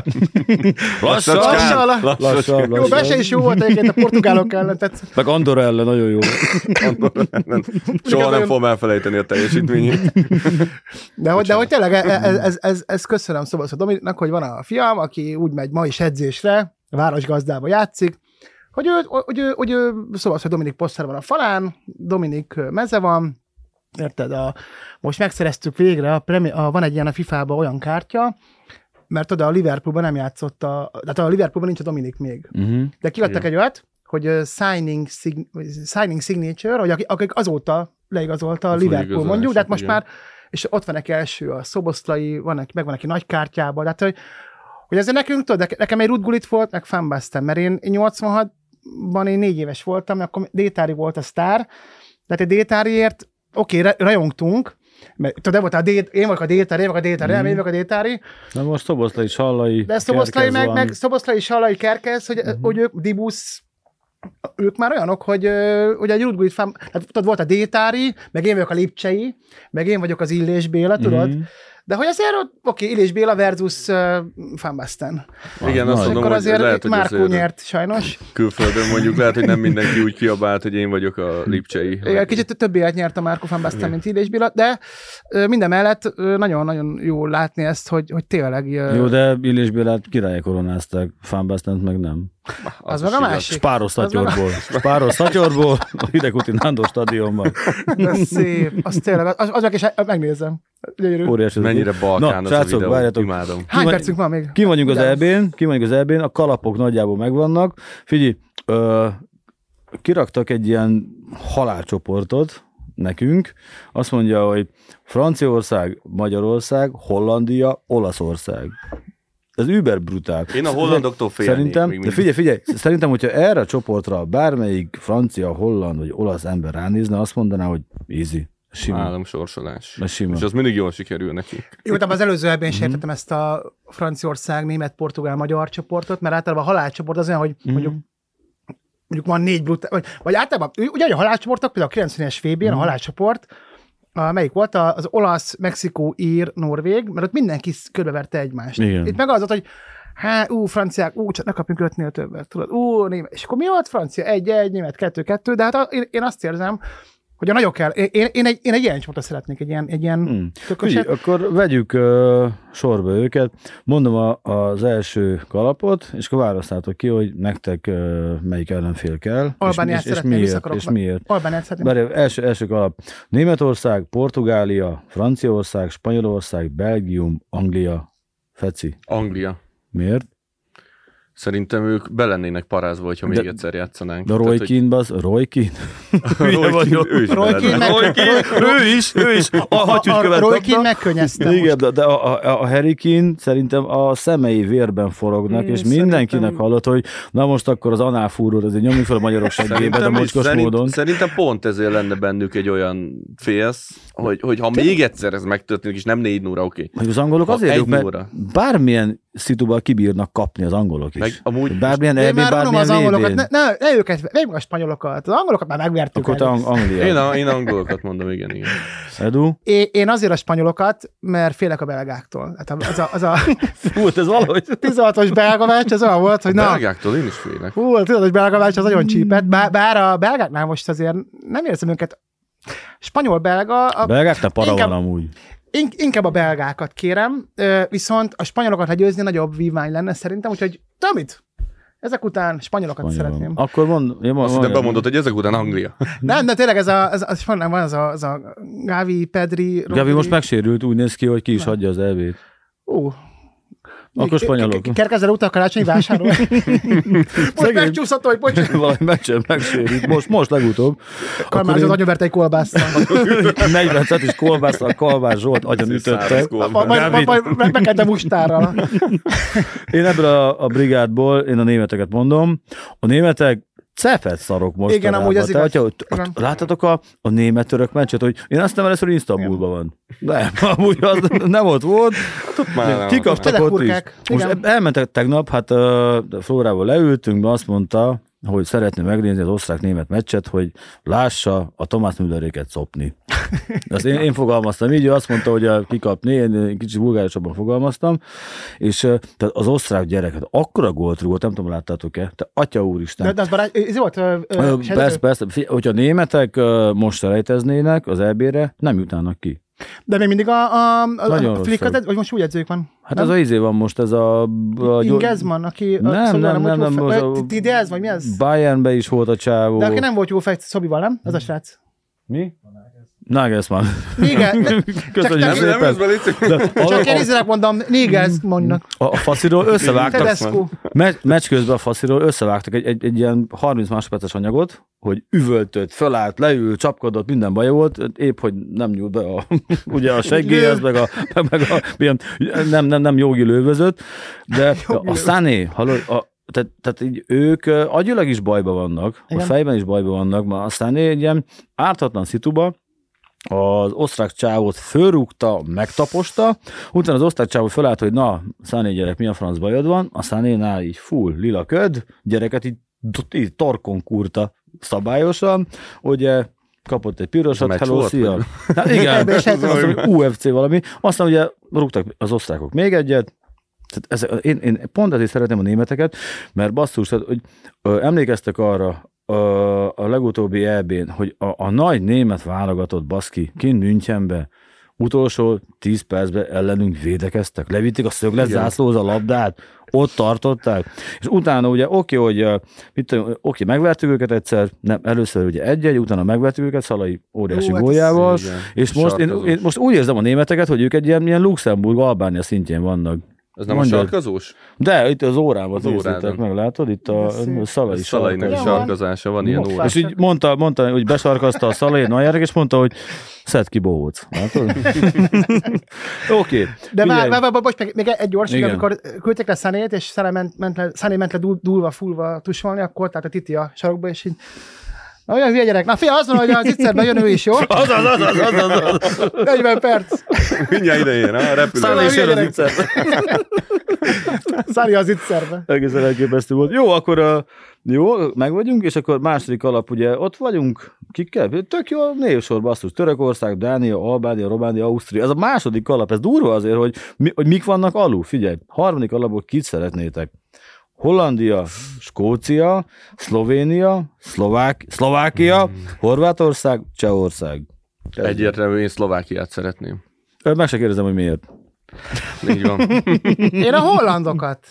Lassan. Jó, Bese is jó volt egyébként a portugálok ellen. Tetszett. Meg Andorra ellen nagyon jó. Soha nem fogom elfelejteni a teljesítményét. De hogy tényleg ez köszönöm Szoboszlai Dominiknak, hogy van a fiam, aki úgy megy ma is edzésre, a Városgazdába játszik, hogy ő Szoboszlai Dominik poszter van a falán, Dominik meze van, érted? Most megszereztük végre, van egy ilyen a FIFA-ban olyan kártya, mert oda a Liverpoolban nem játszott, tehát a Liverpoolban nincs a Dominik még. De kivettek egy olyat, hogy signing signature, hogy akik azóta leigazolta a Liverpool mondjuk, de hát most már, és ott van neki első a Szoboszlai, meg van neki nagy kártyában, tehát hogy ezért nekünk, tudod, nekem egy Ruud Gullit volt, meg Van Basten, mert én 86-ban én 4 éves voltam, akkor Détári volt a sztár, tehát egy Détáriért, rajongtunk, mert tudod, volt én vagyok a Détári, Na most Szoboszlai, Sallai, de Szoboszlai meg Szoboszlai, Sallai, Kerkez, hogy ők, Dibusz, ők már olyanok, hogy egy Ruud Gullit, hát tudod, volt a Détári, meg én vagyok a Lipcsei, meg én vagyok az Illés Béla, tudod? De hogy azért, oké, Illés Béla versus Van Basten. Igen, azt mondom, akkor hogy azért lehet, hogy Márkó nyert sajnos. Külföldön mondjuk lehet, hogy nem mindenki úgy kiabált, hogy én vagyok a lipcsei. Igen, kicsit több élet nyert a Márkó Van Basten, mint Illés Béla, de minden mellett nagyon-nagyon jó látni ezt, hogy tényleg... Jó, de Illés Bélát királyi koronázták, Van Bastent meg nem. Az meg a másik. Spáros Szatyorból, a Hidegkúti Nándor stadionban. De szép, az tényleg, az meg is megnézem. Óriási. Mennyire balkán az a videó, várjátok. Imádom. Hány percünk van még? Ki vagyunk az EB-n, a kalapok nagyjából megvannak. Figyelj, kiraktak egy ilyen halálcsoportot nekünk, azt mondja, hogy Franciaország, Magyarország, Hollandia, Olaszország. Ez über brutál. Én a hollandoktól félnék. Szerintem, figyelj, szerintem, hogyha erre a csoportra bármelyik francia, holland vagy olasz ember ránézne, azt mondaná, hogy easy. Sima. Államsorsolás. Sima. És az mindig jól sikerül neki. Jó, de az előző ebben is értettem ezt a Franciaország, német, portugál, magyar csoportot, mert általában a halálcsoport az olyan, hogy mondjuk van 4 brutál, vagy általában, ugye a halálcsoportok, például a 90-es VB-n a halálcsoport, melyik volt? Az olasz, Mexikó, ír, norvég, mert ott mindenki körbeverte egymást. Igen. Itt meg az, hogy franciák, csak ne kapjunk 5-nél többet, tudod, német. És akkor mi volt francia? 1-1, német 2-2, de hát én azt érzem, hogy a nagyok kell. Én egy ilyen csoportot szeretnék, egy ilyen tököset. Akkor vegyük sorba őket. Mondom az első kalapot, és akkor választátok ki, hogy nektek melyik ellenfél kell. Albániát és miért. Albániát szeretném. Első kalap. Németország, Portugália, Franciaország, Spanyolország, Belgium, Anglia, Feci. Anglia. Miért? Szerintem ők belennének parázva, hogyha még egyszer játszanánk. De Roy Keane, Roy Keane? Ő is. A hattyúskövet Roy Keane megkönnyezte. Igen, de a Harry Keane szerintem a szemei vérben forognak, és mindenkinek hallott, hogy na most akkor az análfúró, azért nyomjuk fel a magyarok seggébe, de mocskos módon. Szerintem pont ezért lenne bennük egy olyan félsz, hogy ha még egyszer ez megtörténik, és nem 4-0, oké. Az angolok azért, mert bármilyen szituban kibírnak kapni az angolok is. Meg amúgy... Bármilyen EB, bármilyen az angolokat, ne őket, vegyük a spanyolokat. Az angolokat már megvertük. Akkor Anglia. Én angolokat mondom, igen. Edu? Én azért a spanyolokat, mert félek a belgáktól. Fú, ez valahogy... 16-os belga meccs, ez olyan volt, hogy a belgáktól én is félek. A 16-os belga meccs az nagyon csípett, bár a belgáknál most azért nem érzem őket. Spanyol-belga... A belgáknál para van amúgy. Inkább a belgákat kérem, viszont a spanyolokat legyőzni nagyobb vívmány lenne szerintem, úgyhogy mit? Ezek után spanyolokat szeretném. Akkor azt bemondod, hogy ezek után Anglia. Nem, de tényleg ez a Gavi, Pedri, Rodri. Gavi most megsérült, úgy néz ki, hogy ki is hagyja az EB-t. Akkor spanyolok. Kerkezel utal karácsonyi vásárol? Most megcsúszható, hogy bocs. Valami megsérült. Most legutóbb. Kalmár az agyonverte egy kolbásszal. 40 centis kolbásszal, Kalmár Zsolt agyon ütötte. Majd megkentem mustárral. Én ebből a brigádból, én a németeket mondom. A németek cepet szarok most. Igen, amúgy ez igaz. Láttatok a német-török meccset, hogy én azt nem először Isztambulban van. Nem, amúgy az nem ott volt. Kikaptak ott is. Most elmentek tegnap, hát Flórával leültünk, azt mondta, hogy szeretné megnézni az osztrák-német meccset, hogy lássa a Thomas Mülleréket szopni. Azt én fogalmaztam így, ő azt mondta, hogy kikapni, én kicsit vulgárisabban fogalmaztam, és tehát az osztrák gyereket akkora gólt rúgott, nem tudom, láttátok-e? Te atya úristen. De az ez volt? Persze. Hogyha a németek most selejteznének az EB-re, nem jutnának ki. De még mindig a Flick, vagy most úgy edzők van? Hát ez az izé van most, ez a Ingezman, aki... Nem. Tidez, vagy mi ez? Bayernbe is volt a csávó. De aki nem volt jó fejt Szobival, nem? Ez a srác. Mi? Nagelsmann. Köszönjük szépen. Csak én ízének mondom, Nagelsmannnak. A fasziról összevágtak. Meccs közben a fasziról összevágtak egy ilyen 30 másodperces anyagot, hogy üvöltött, fölállt, leül, csapkodott, minden baja volt, épp, hogy nem nyúlt be ugye a seggéhez, meg a nem jogi lövözött, de a Sané, tehát így ők agyilag is bajban vannak, igen. A fejben is bajban vannak, mert aztán egy ilyen ártatlan szituba az osztrák csávót fölrúgta, megtaposta, utána az osztrák csávó fölállt, hogy na, Sané gyerek, mi a franc bajod van, a Sanénál így full lila köd, gyereket így torkon kurta szabályosan, ugye kapott egy pirosat, hello, szia. Hát igen, azt UFC valami. Aztán ugye rúgtak az osztrákok még egyet. Én pont ezért szeretem a németeket, mert basszus, tehát, hogy emlékeztek arra a legutóbbi EB-n, hogy a nagy német válogatott baszki kint Münchenbe utolsó 10 percben ellenünk védekeztek, levitték a szögletzászlóhoz a labdát, ott tartották, és utána ugye megvertük őket egyszer, nem, először ugye 1-1, utána megvertük őket Szalai óriási góljával, és én most úgy érzem a németeket, hogy ők egy ilyen Luxemburg, Albánia szintjén vannak. Ez nem a sarkazós? De itt az órában nézzétek meg, látod? Itt a Szalainak sarkazása van ilyen óra. És így mondta, hogy besarkazta a Szalai Najerek, és mondta, hogy szedd ki bohóc. Látod? Oké. De most még egy gyors, amikor küldték le Szanét, és Szané ment le dúlva, fullva tusolni, akkor tehát a Titi a sarokba, és így olyan hülye gyerek. Na fia, az van, hogy az Itzerben jön ő is, jó? Az. 40 perc. Mindjárt idején, a repülő. Szálli is jön az Itzerben. Szálli az Itzerben. Egészen elképesztő volt. Jó, akkor meg vagyunk, és akkor második alap, ugye ott vagyunk, kikkel? Tök jó névsor, basszus. Törökország, Dánia, Albánia, Románia, Ausztria. Ez a második alap, ez durva azért, hogy mik vannak alul. Figyelj, harmadik alapból kit szeretnétek? Hollandia, Skócia, Szlovénia, Szlovákia, Horvátország, Csehország. Egyértelműen én Szlovákiát szeretném. Meg se kérdezem, hogy miért. Így van. Én a hollandokat.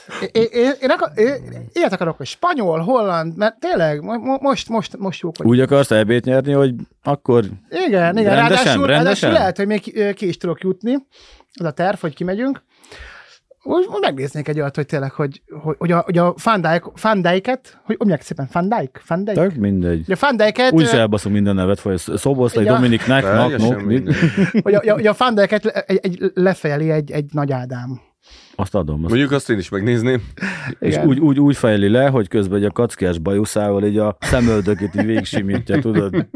Ilyet akarok, hogy spanyol, holland, mert tényleg most jók vagyunk. Úgy akarsz EB-t nyerni, hogy akkor igen. Rendesen? Ráadásul lehet, hogy még ki is tudok jutni. Az a terv, hogy kimegyünk. Úgy megnéznék egy olyat, hogy tényleg, hogy a Van Dijket, hogy mondják szépen, Van Dijk? Tök mindegy. A Van Dijket... Úgy is elbaszunk minden nevet, vagy Szoboszlai, Dominiknek, hogy a Van Dijket lefejeli egy Nagy Ádám. Azt adom. Mondjuk azt én is megnézném. És úgy fejeli le, hogy közben egy a kackiás bajuszával így a szemöldökét így végsimítja, tudod?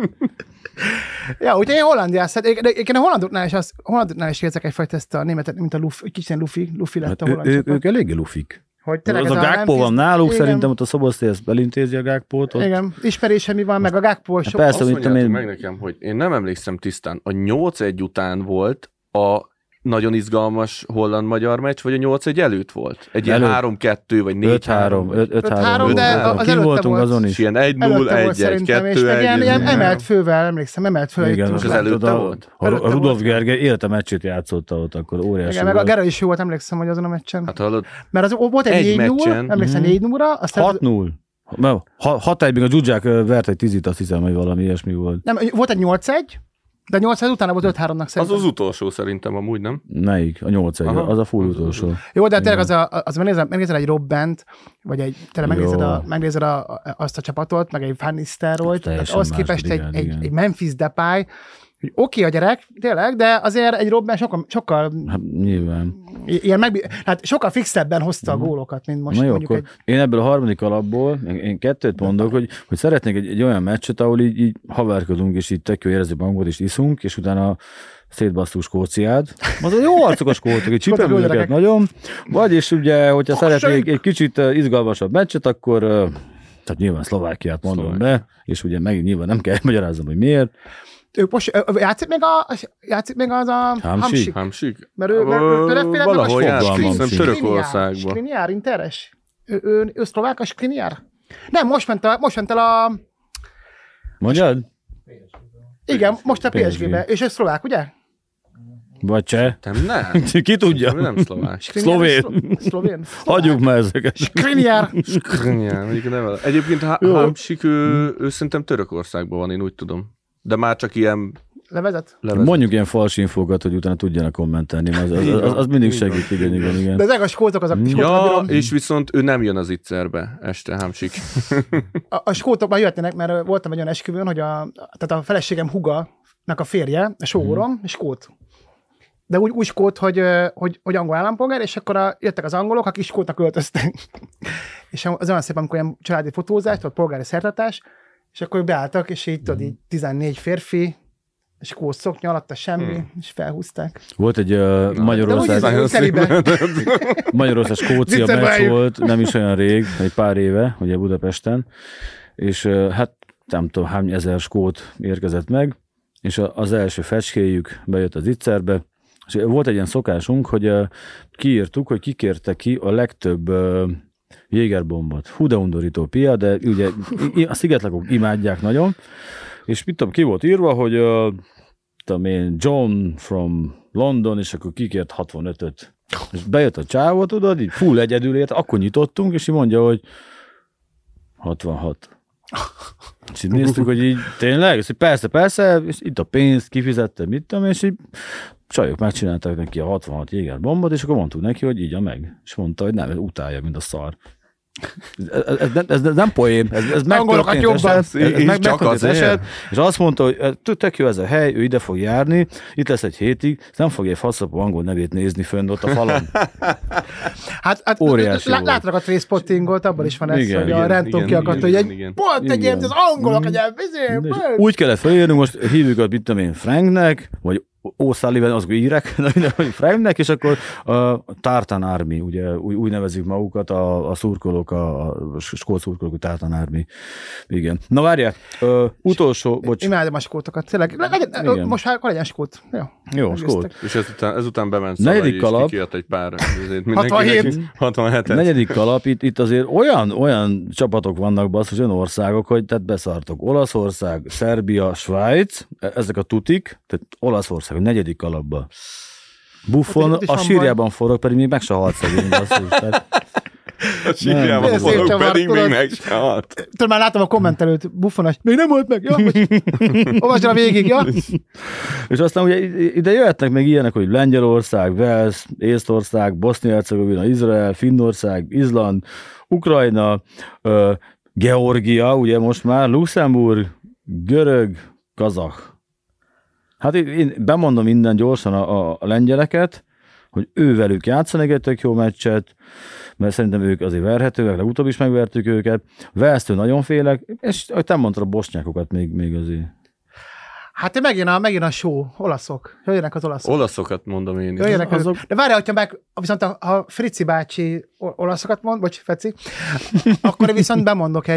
Ja, úgyhogy én Hollandiát én a hollandoknál is érzek egyfajta ezt a németet, mint a kicsit lufi lett a holland csapat. Ők eléggé lufik. Hogy az a Gákpó van náluk, szerintem ott a Szoboszlai ezt belintézi a Gákpót. Igen, ismerése mi van, meg a Gákpó. Persze, azt mondjátok meg nekem, hogy én nem emlékszem tisztán, a 8-1 után volt a nagyon izgalmas holland-magyar meccs, vagy a 8-1 előtt volt? Egy ilyen 3-2, vagy 4-3. 5-3, de az előtte volt. Azon is. Ilyen 1-0, 1-1, 2-1. Ilyen emelt fővel, emlékszem, emelt fővel. Igen, és az előtte volt? A Rudolf Gergely élete meccsét játszotta ott, akkor óriási. Igen, meg a Gera is jó volt, emlékszem, hogy azon a meccsen. Hát hallod? Mert az volt egy 4-0, emlékszem 4-0-ra. 6-0. 6-1-ben a Dzsuzsák vert egy 10-it, azt hiszem, hogy valami ilyesmi volt. Nem, volt egy 8-1, de 8-1 utána volt 5-3-nak szerintem. Az az utolsó szerintem amúgy, nem? Melyik? A 8-1, az a full utolsó. Jó, de tényleg az megnézel egy Robbent, vagy tényleg megnézed azt a csapatot, meg egy Van Nistelrooyt, ahhoz képest egy Memphis Depay, hogy oké a gyerek, tényleg, de azért egy Robben sokkal hát, nyilván. Hát sokkal fixebben hozta a gólokat, mint most. Na jó, akkor én ebből a harmadik alapból, én kettőt mondok, hogy szeretnék egy olyan meccset, ahol így haverkodunk, és így tök jó érezzük magunkat, és iszunk, és utána szétbasztó Skóciát. Az jó arcok a skótok, így csipem őket nagyon. Vagyis ugye, hogyha szeretnék egy kicsit izgalmasabb meccset, akkor tehát nyilván Szlovákiát mondom be, és ugye megint nyilván nem kell magyaráznom, hogy miért. Ők most játszik még az a Hamsik? Mert ő valahol játszik, nem Törökországban. Skriniar, Interes? Ő szlovák a Skriniar? Nem, most ment el a... Mondjad? Igen, most a PSG-be. És ő szlovák, ugye? Vagy cseh. Nem. Ki tudja? Nem szlovák. Szlovén. Hagyjuk már ezeket. Skriniar. Egyébként Hamsik, ő szerintem Törökországban van, én úgy tudom. De már csak ilyen... Levezet? Mondjuk ilyen fals infókat, hogy utána tudjanak kommentelni, az mindig segít, igen. De ezek a skótok azok... Ja, és viszont ő nem jön az Itzerbe este, Hamsik. A skótok már jöhetnének, mert voltam egy olyan esküvőn, hogy tehát a feleségem húganak a férje, a sógorom, skót. De úgy skót, hogy angol állampolgár, és akkor jöttek az angolok, akik skótnak öltöztek. És az olyan szép, amikor ilyen családi fotózás, vagy polgári szertartás, és akkor beálltak, és így tudod, így 14 férfi, és skót szoknya alatta semmi, és felhúzták. Volt egy Magyarország-Skócia meccs volt, nem is olyan rég, egy pár éve, ugye Budapesten, és hát nem tudom hány ezer skót érkezett meg, és az első fecskéjük bejött az Itzerbe, és volt egy ilyen szokásunk, hogy kiírtuk, hogy kikérte ki a legtöbb jégerbombot. Hú, de undorító pia, de ugye a szigetlakók imádják nagyon, és mit tudom, ki volt írva, hogy John from London, és akkor kikért 65-öt. És bejött a csávó, tudod, így full egyedül ért, akkor nyitottunk, és így mondja, hogy 66. És így néztük, hogy így tényleg, és így persze, és itt a pénzt kifizettem, mit tudom, és így csajok megcsinálták neki a 66 jégerbombot, és akkor mondtuk neki, hogy így meg. És mondta, hogy nem, utálja, mint a szar. Ez nem poém, ez megtörtént eset, és azt mondta, hogy tök jó ez a hely, ő ide fog járni, itt lesz egy hétig, nem fogja egy faszapó angol nevét nézni fönn ott a falon. Hát látnak a trainspottingot, abban is van ez, hogy a rendtől ki akart, hogy egy pont egy ilyen, az angolok egy ilyen, úgy kellett felírni, most hívjuk a, mit tudom én, Franknek, vagy O'Sullivan, azok írek, Franknek, és akkor a Tartan Army, ugye úgy nevezik magukat a szurkolók, a skót szurkolók, a Tartan Army. Igen. Na várjál, utolsó, bocs. Imádom a skótokat, tényleg. Most már legyen skót. Jó, skót. És ezután bement Szalai, és kikiadt egy pár. 67. Negyedik kalap, itt azért olyan csapatok vannak, basszus, olyan országok, hogy tehát beszartok. Olaszország, Szerbia, Svájc, ezek a tutik, tehát Olaszország a negyedik kalapban. Buffon a sírjában forog, pedig még meg se halt szegény, basszus. A sírjában forog, pedig még meg se halt. Tudom, már látom a kommentelőt, Buffon, még nem halt meg, ja? Olvasd el a végig, ja? És aztán ugye ide jöhetnek meg ilyenek, hogy Lengyelország, Wales, Észtország, Bosznia-Hercegovina, Izrael, Finnország, Izland, Ukrajna, Georgia, ugye most már, Luxemburg, görög, kazah. Hát én bemondom minden gyorsan a lengyeleket, hogy ővelük játszanak egy tök jó meccset, mert szerintem ők azért verhetőek, legutóbb is megvertük őket. Velsztől nagyon félek, és ahogy te mondtad, a bosnyákokat még azért. Hát megint a show, olaszok. Jöjjenek az olaszok. Olaszokat mondom én is. Jöjjenek azok. De várjál, hogyha meg, viszont ha Frici bácsi olaszokat mond, bocs, Feci, akkor viszont bemondok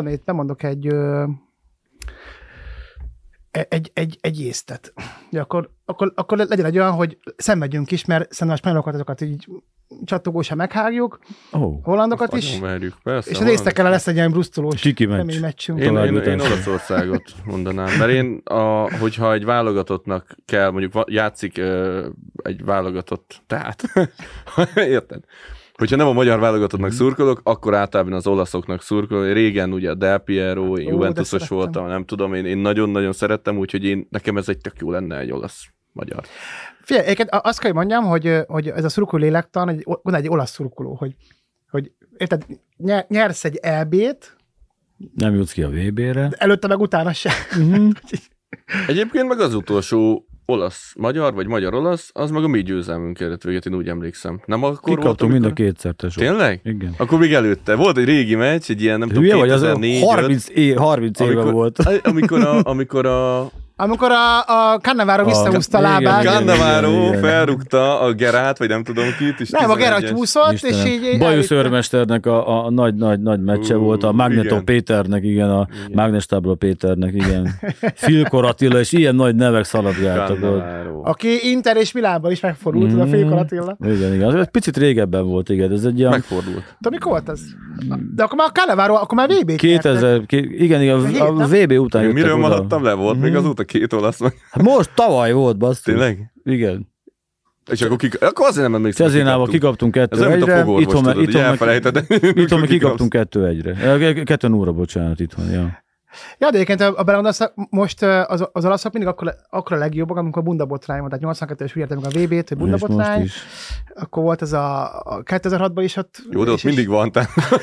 egy észtet. Ja, akkor legyen egy olyan, hogy szenvedjünk is, mert szerintem a spanyolokat azokat így csattogósan meghágjuk, hollandokat is, verjük, persze, és az észtekkel lesz egy ilyen brusztolós kemény meccsünk. Én Olaszországot mondanám, mert hogyha egy válogatottnak kell, mondjuk játszik egy válogatott, tehát érted? Hogyha nem a magyar válogatottnak szurkolok, akkor általában az olaszoknak szurkolok. Régen ugye a Del Piero, én Juventusos voltam, nem tudom, én nagyon-nagyon szerettem, úgyhogy nekem ez egy tök jó lenne egy olasz-magyar. Figyelj, azt kell, hogy mondjam, hogy ez a szurkoló lélektan, egy olasz szurkoló, hogy érted, nyersz egy EB-t, nem jutsz ki a VB-re. Előtte meg utána se. Egyébként meg az utolsó olasz-magyar, vagy magyar-olasz, az meg a mi győzelmünk érett véget, én úgy emlékszem. Nem akkor kikaptunk mind a kétszer, tesó. Tényleg? Igen. Akkor még előtte. Volt egy régi meccs, egy ilyen, nem tudom, 2004 30 éve volt. Amikor a Cannavaro visszahúzta a lábát. Cannavaro felrúgta a Gerát, vagy nem tudom kit. És nem, a Gerát csúszott, és így... Bajusz őrmesternek a nagy meccse volt, a Magneto Péternek, igen, a Magnestábla Péternek, igen. Filkor Attila, és ilyen nagy nevek szaladgáltak. Aki Inter és Milánban is megfordult, a Filkor Attila. Igen. Az egy picit régebben volt, igen. Ez egy ilyen... Megfordult. De mikor volt ez? De akkor már a Cannavaro, akkor már VB-t 2000, igen, a VB után jöttek. Miről maradtam le? Volt még azóta 2 olasz meg. Hát most tavaly volt, basszus. Tényleg? Igen. És akkor azért nem emlékszem. Cezinával kikaptunk 2-1-re. Itthon kikaptunk 2-1-re. 2-0-ra, bocsánat, itthon, ja. Ja, de egyébként a belegondolsz, most az olaszok mindig akkor a legjobbak, amikor bundabotrány van, tehát 82-es úgy értem meg a VB-t, hogy bundabotrány. Akkor volt ez a 2006-ban is ott. Jó, de ott mindig van.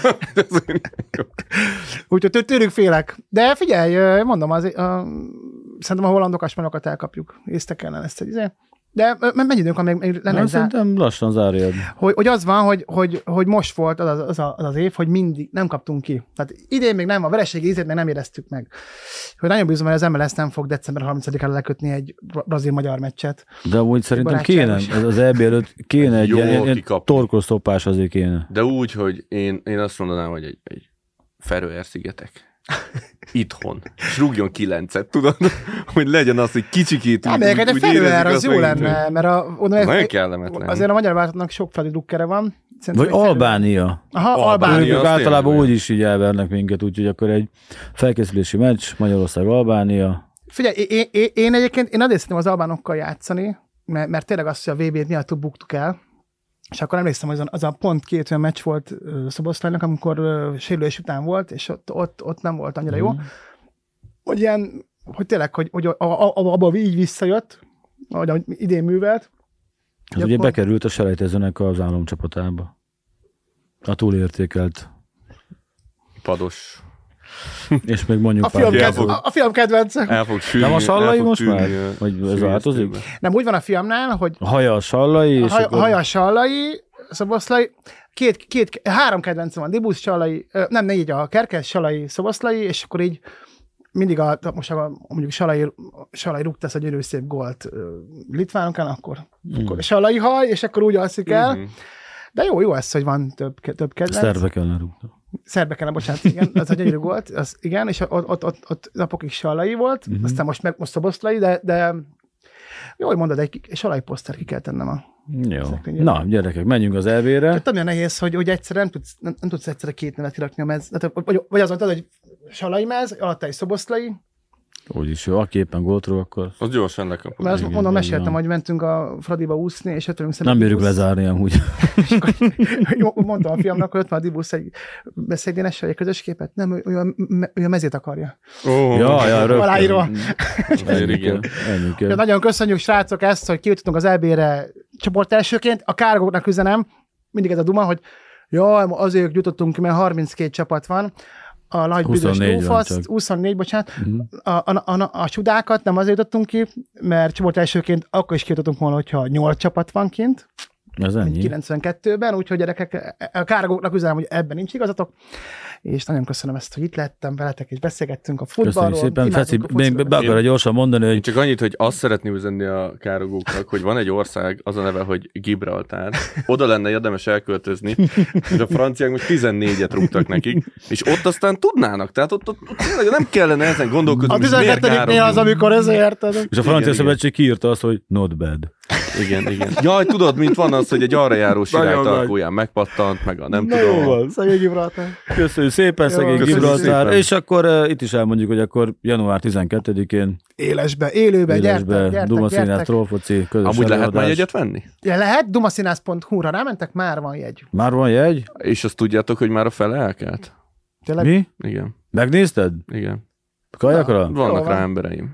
Úgyhogy tőlük félek. De figyelj, mondom, szerintem a hollandok a spanyolokat elkapjuk. Észtek ellen ezt egy izé. De mennyi időnk van még lenne egy szerintem lassan zárjad. Hogy az van, hogy most volt az év, hogy mindig nem kaptunk ki. Tehát idén még nem, a vereségi ízét még nem éreztük meg. Hogy nagyon bízom, hogy az MLS nem fog december 30-án lekötni egy brazil-magyar meccset. De úgy szerintem kéne, az EB előtt kéne egy ilyen torkosztopás azért kéne. De úgy, hogy én azt mondanám, hogy egy Feröer-szigetek. itthon. És rúgjon 9-et, tudod? Hogy legyen az, hogy kicsikét úgy érezzük. De felőle az jó lenne, mert nagyon kellemetlen. Azért a magyar váltatnak sok felé drukkere van. Vagy Albánia. Aha, Albánia. Ők általában úgy is így elvernek minket, úgyhogy akkor egy felkészülési meccs, Magyarország-Albánia. Figyelj, én egyébként azért szeretném az albánokkal játszani, mert tényleg azt, hogy a VB-t miatt buktuk el, és akkor emlékszem, hogy az a pont 2 olyan meccs volt Szoboszlainak, amikor sérülés után volt, és ott nem volt annyira jó. Hogy ilyen, hogy tényleg, hogy abban így visszajött, ahogy idén művelt. Az ugye bekerült a selejtezőnek az álomcsapatába. A túlértékelt pados. És még mondjuk a fiam kedvence. El fog sülni. Nem a Sallai most már? Vagy ez változik? Nem, úgy van a fiamnál, hogy a haja a Sallai, és haja a Sallai, Szoboszlai, 3 kedvencem van, Dibusz, Sallai, nem, ne így, a Kerkes, Sallai, Szoboszlai, és akkor így mindig most mondjuk Sallai rúgta ezt a gyönyörű szép gólt Litvánokán, akkor Sallai haj, és akkor úgy alszik el. De jó ez, hogy van több kedvenc. Szerbek ellen rúgta. Szerbek ellen, bocsánat, igen, az a gyönyörű volt, az, igen, és ott napokig Sallai volt, aztán most Szoboszlai, de jó, hogy mondod, egy Sallai poszter ki kell tennem jó. Na, gyerekek, menjünk az EB-re. Tehát olyan nehéz, hogy egyszerűen nem tudsz egyszerre 2 nevet kirakni a mez. Vagy az mondtad, hogy Sallai mez, alatta egy Szoboszlai. Úgyis jó, aki éppen góltról, akkor... Az gyorsan nekapod. Mert azt mondom, meséltem, hogy mentünk a Fradiba úszni, és ötölünk szemben. Nem bírjuk lezárni amúgy. Mondtam a fiamnak, hogy ott van a Dibusz egy beszédénessel, egy közös képet. Nem, ő a mezét akarja. Ja, rögtön. Aláírva. Igen. Nagyon köszönjük, srácok, ezt, hogy kijutottunk az EB-re csoport elsőként. A kárgóknak üzenem, mindig ez a duma, hogy jaj, azért jutottunk ki, mert 32 csapat van. A nagy büdös lófaszt, 24, bocsánat, a csudákat nem azért jutottunk ki, mert csoport elsőként akkor is kijutottunk volna, hogyha 8 csapat van kint. Ez ennyi. 92-ben, úgyhogy gyerekek, a kárgóknak üzenem, hogy ebben nincs igazatok, és nagyon köszönöm ezt, hogy itt lettem veletek, és beszélgettünk a futballról. Köszönjük szépen, Feci, be akarja gyorsan mondani, hogy... Én csak annyit, hogy azt szeretném üzenni a károgóknak, hogy van egy ország, az a neve, hogy Gibraltár. Oda lenne érdemes elköltözni, és a franciák most 14-et rúgtak nekik, és ott aztán tudnának, tehát ott tényleg nem kellene ezen gondolkodni, a 12-nél az, amikor ezért érted. És a francia szövetség kiírta azt, hogy not bad. Igen. Jaj, tudod, mint van az, hogy egy arra járó sirály tarkóján megpattant, meg a nem tudom. Szegény Gibraltár. Köszönjük szépen, szegény Gibraltár. És akkor itt is elmondjuk, hogy akkor január 12-én élőben, gyertek. Duma Színház trollfoci közös amúgy lehet már jegyet venni? Ja, lehet, dumaszínház.hu-ra rámentek, már van jegy. Már van jegy? És azt tudjátok, hogy már a fele elkelt? Tényleg? Mi? Igen. Megnézted? Igen. Kajakra? Vannak rá embereim.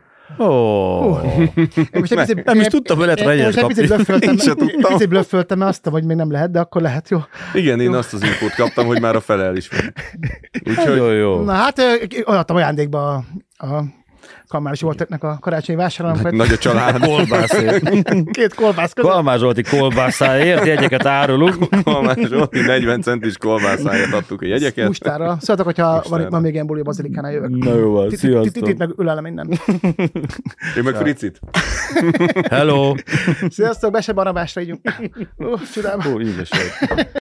Nem is tudtam, hogy lehet rá kapni. Én sem tudtam. Picit blöfföltem, mert azt, hogy még nem lehet, de akkor lehet, jó. Igen, én azt az infót kaptam, hogy már a fele el is van. Úgyhogy jó. Na hát, adtam ajándékba a Kalmár Zsoltéknek a karácsonyi vásárlónak. Nagy a család. Kolbászért. 2 kolbász között. Kalmár Zsolti kolbászáért jegyeket árulunk. Kalmár Zsolti 40 centis kolbászáért adtuk a jegyeket. Mustára. Szóval, hogyha van még ilyen buli a Bazilikánál jövök. Na jó van, sziasztok. Titit meg ölelem innen. Én meg Fricit. Hello. Sziasztok, be se barabásra ígyunk. Csodálom. Így is.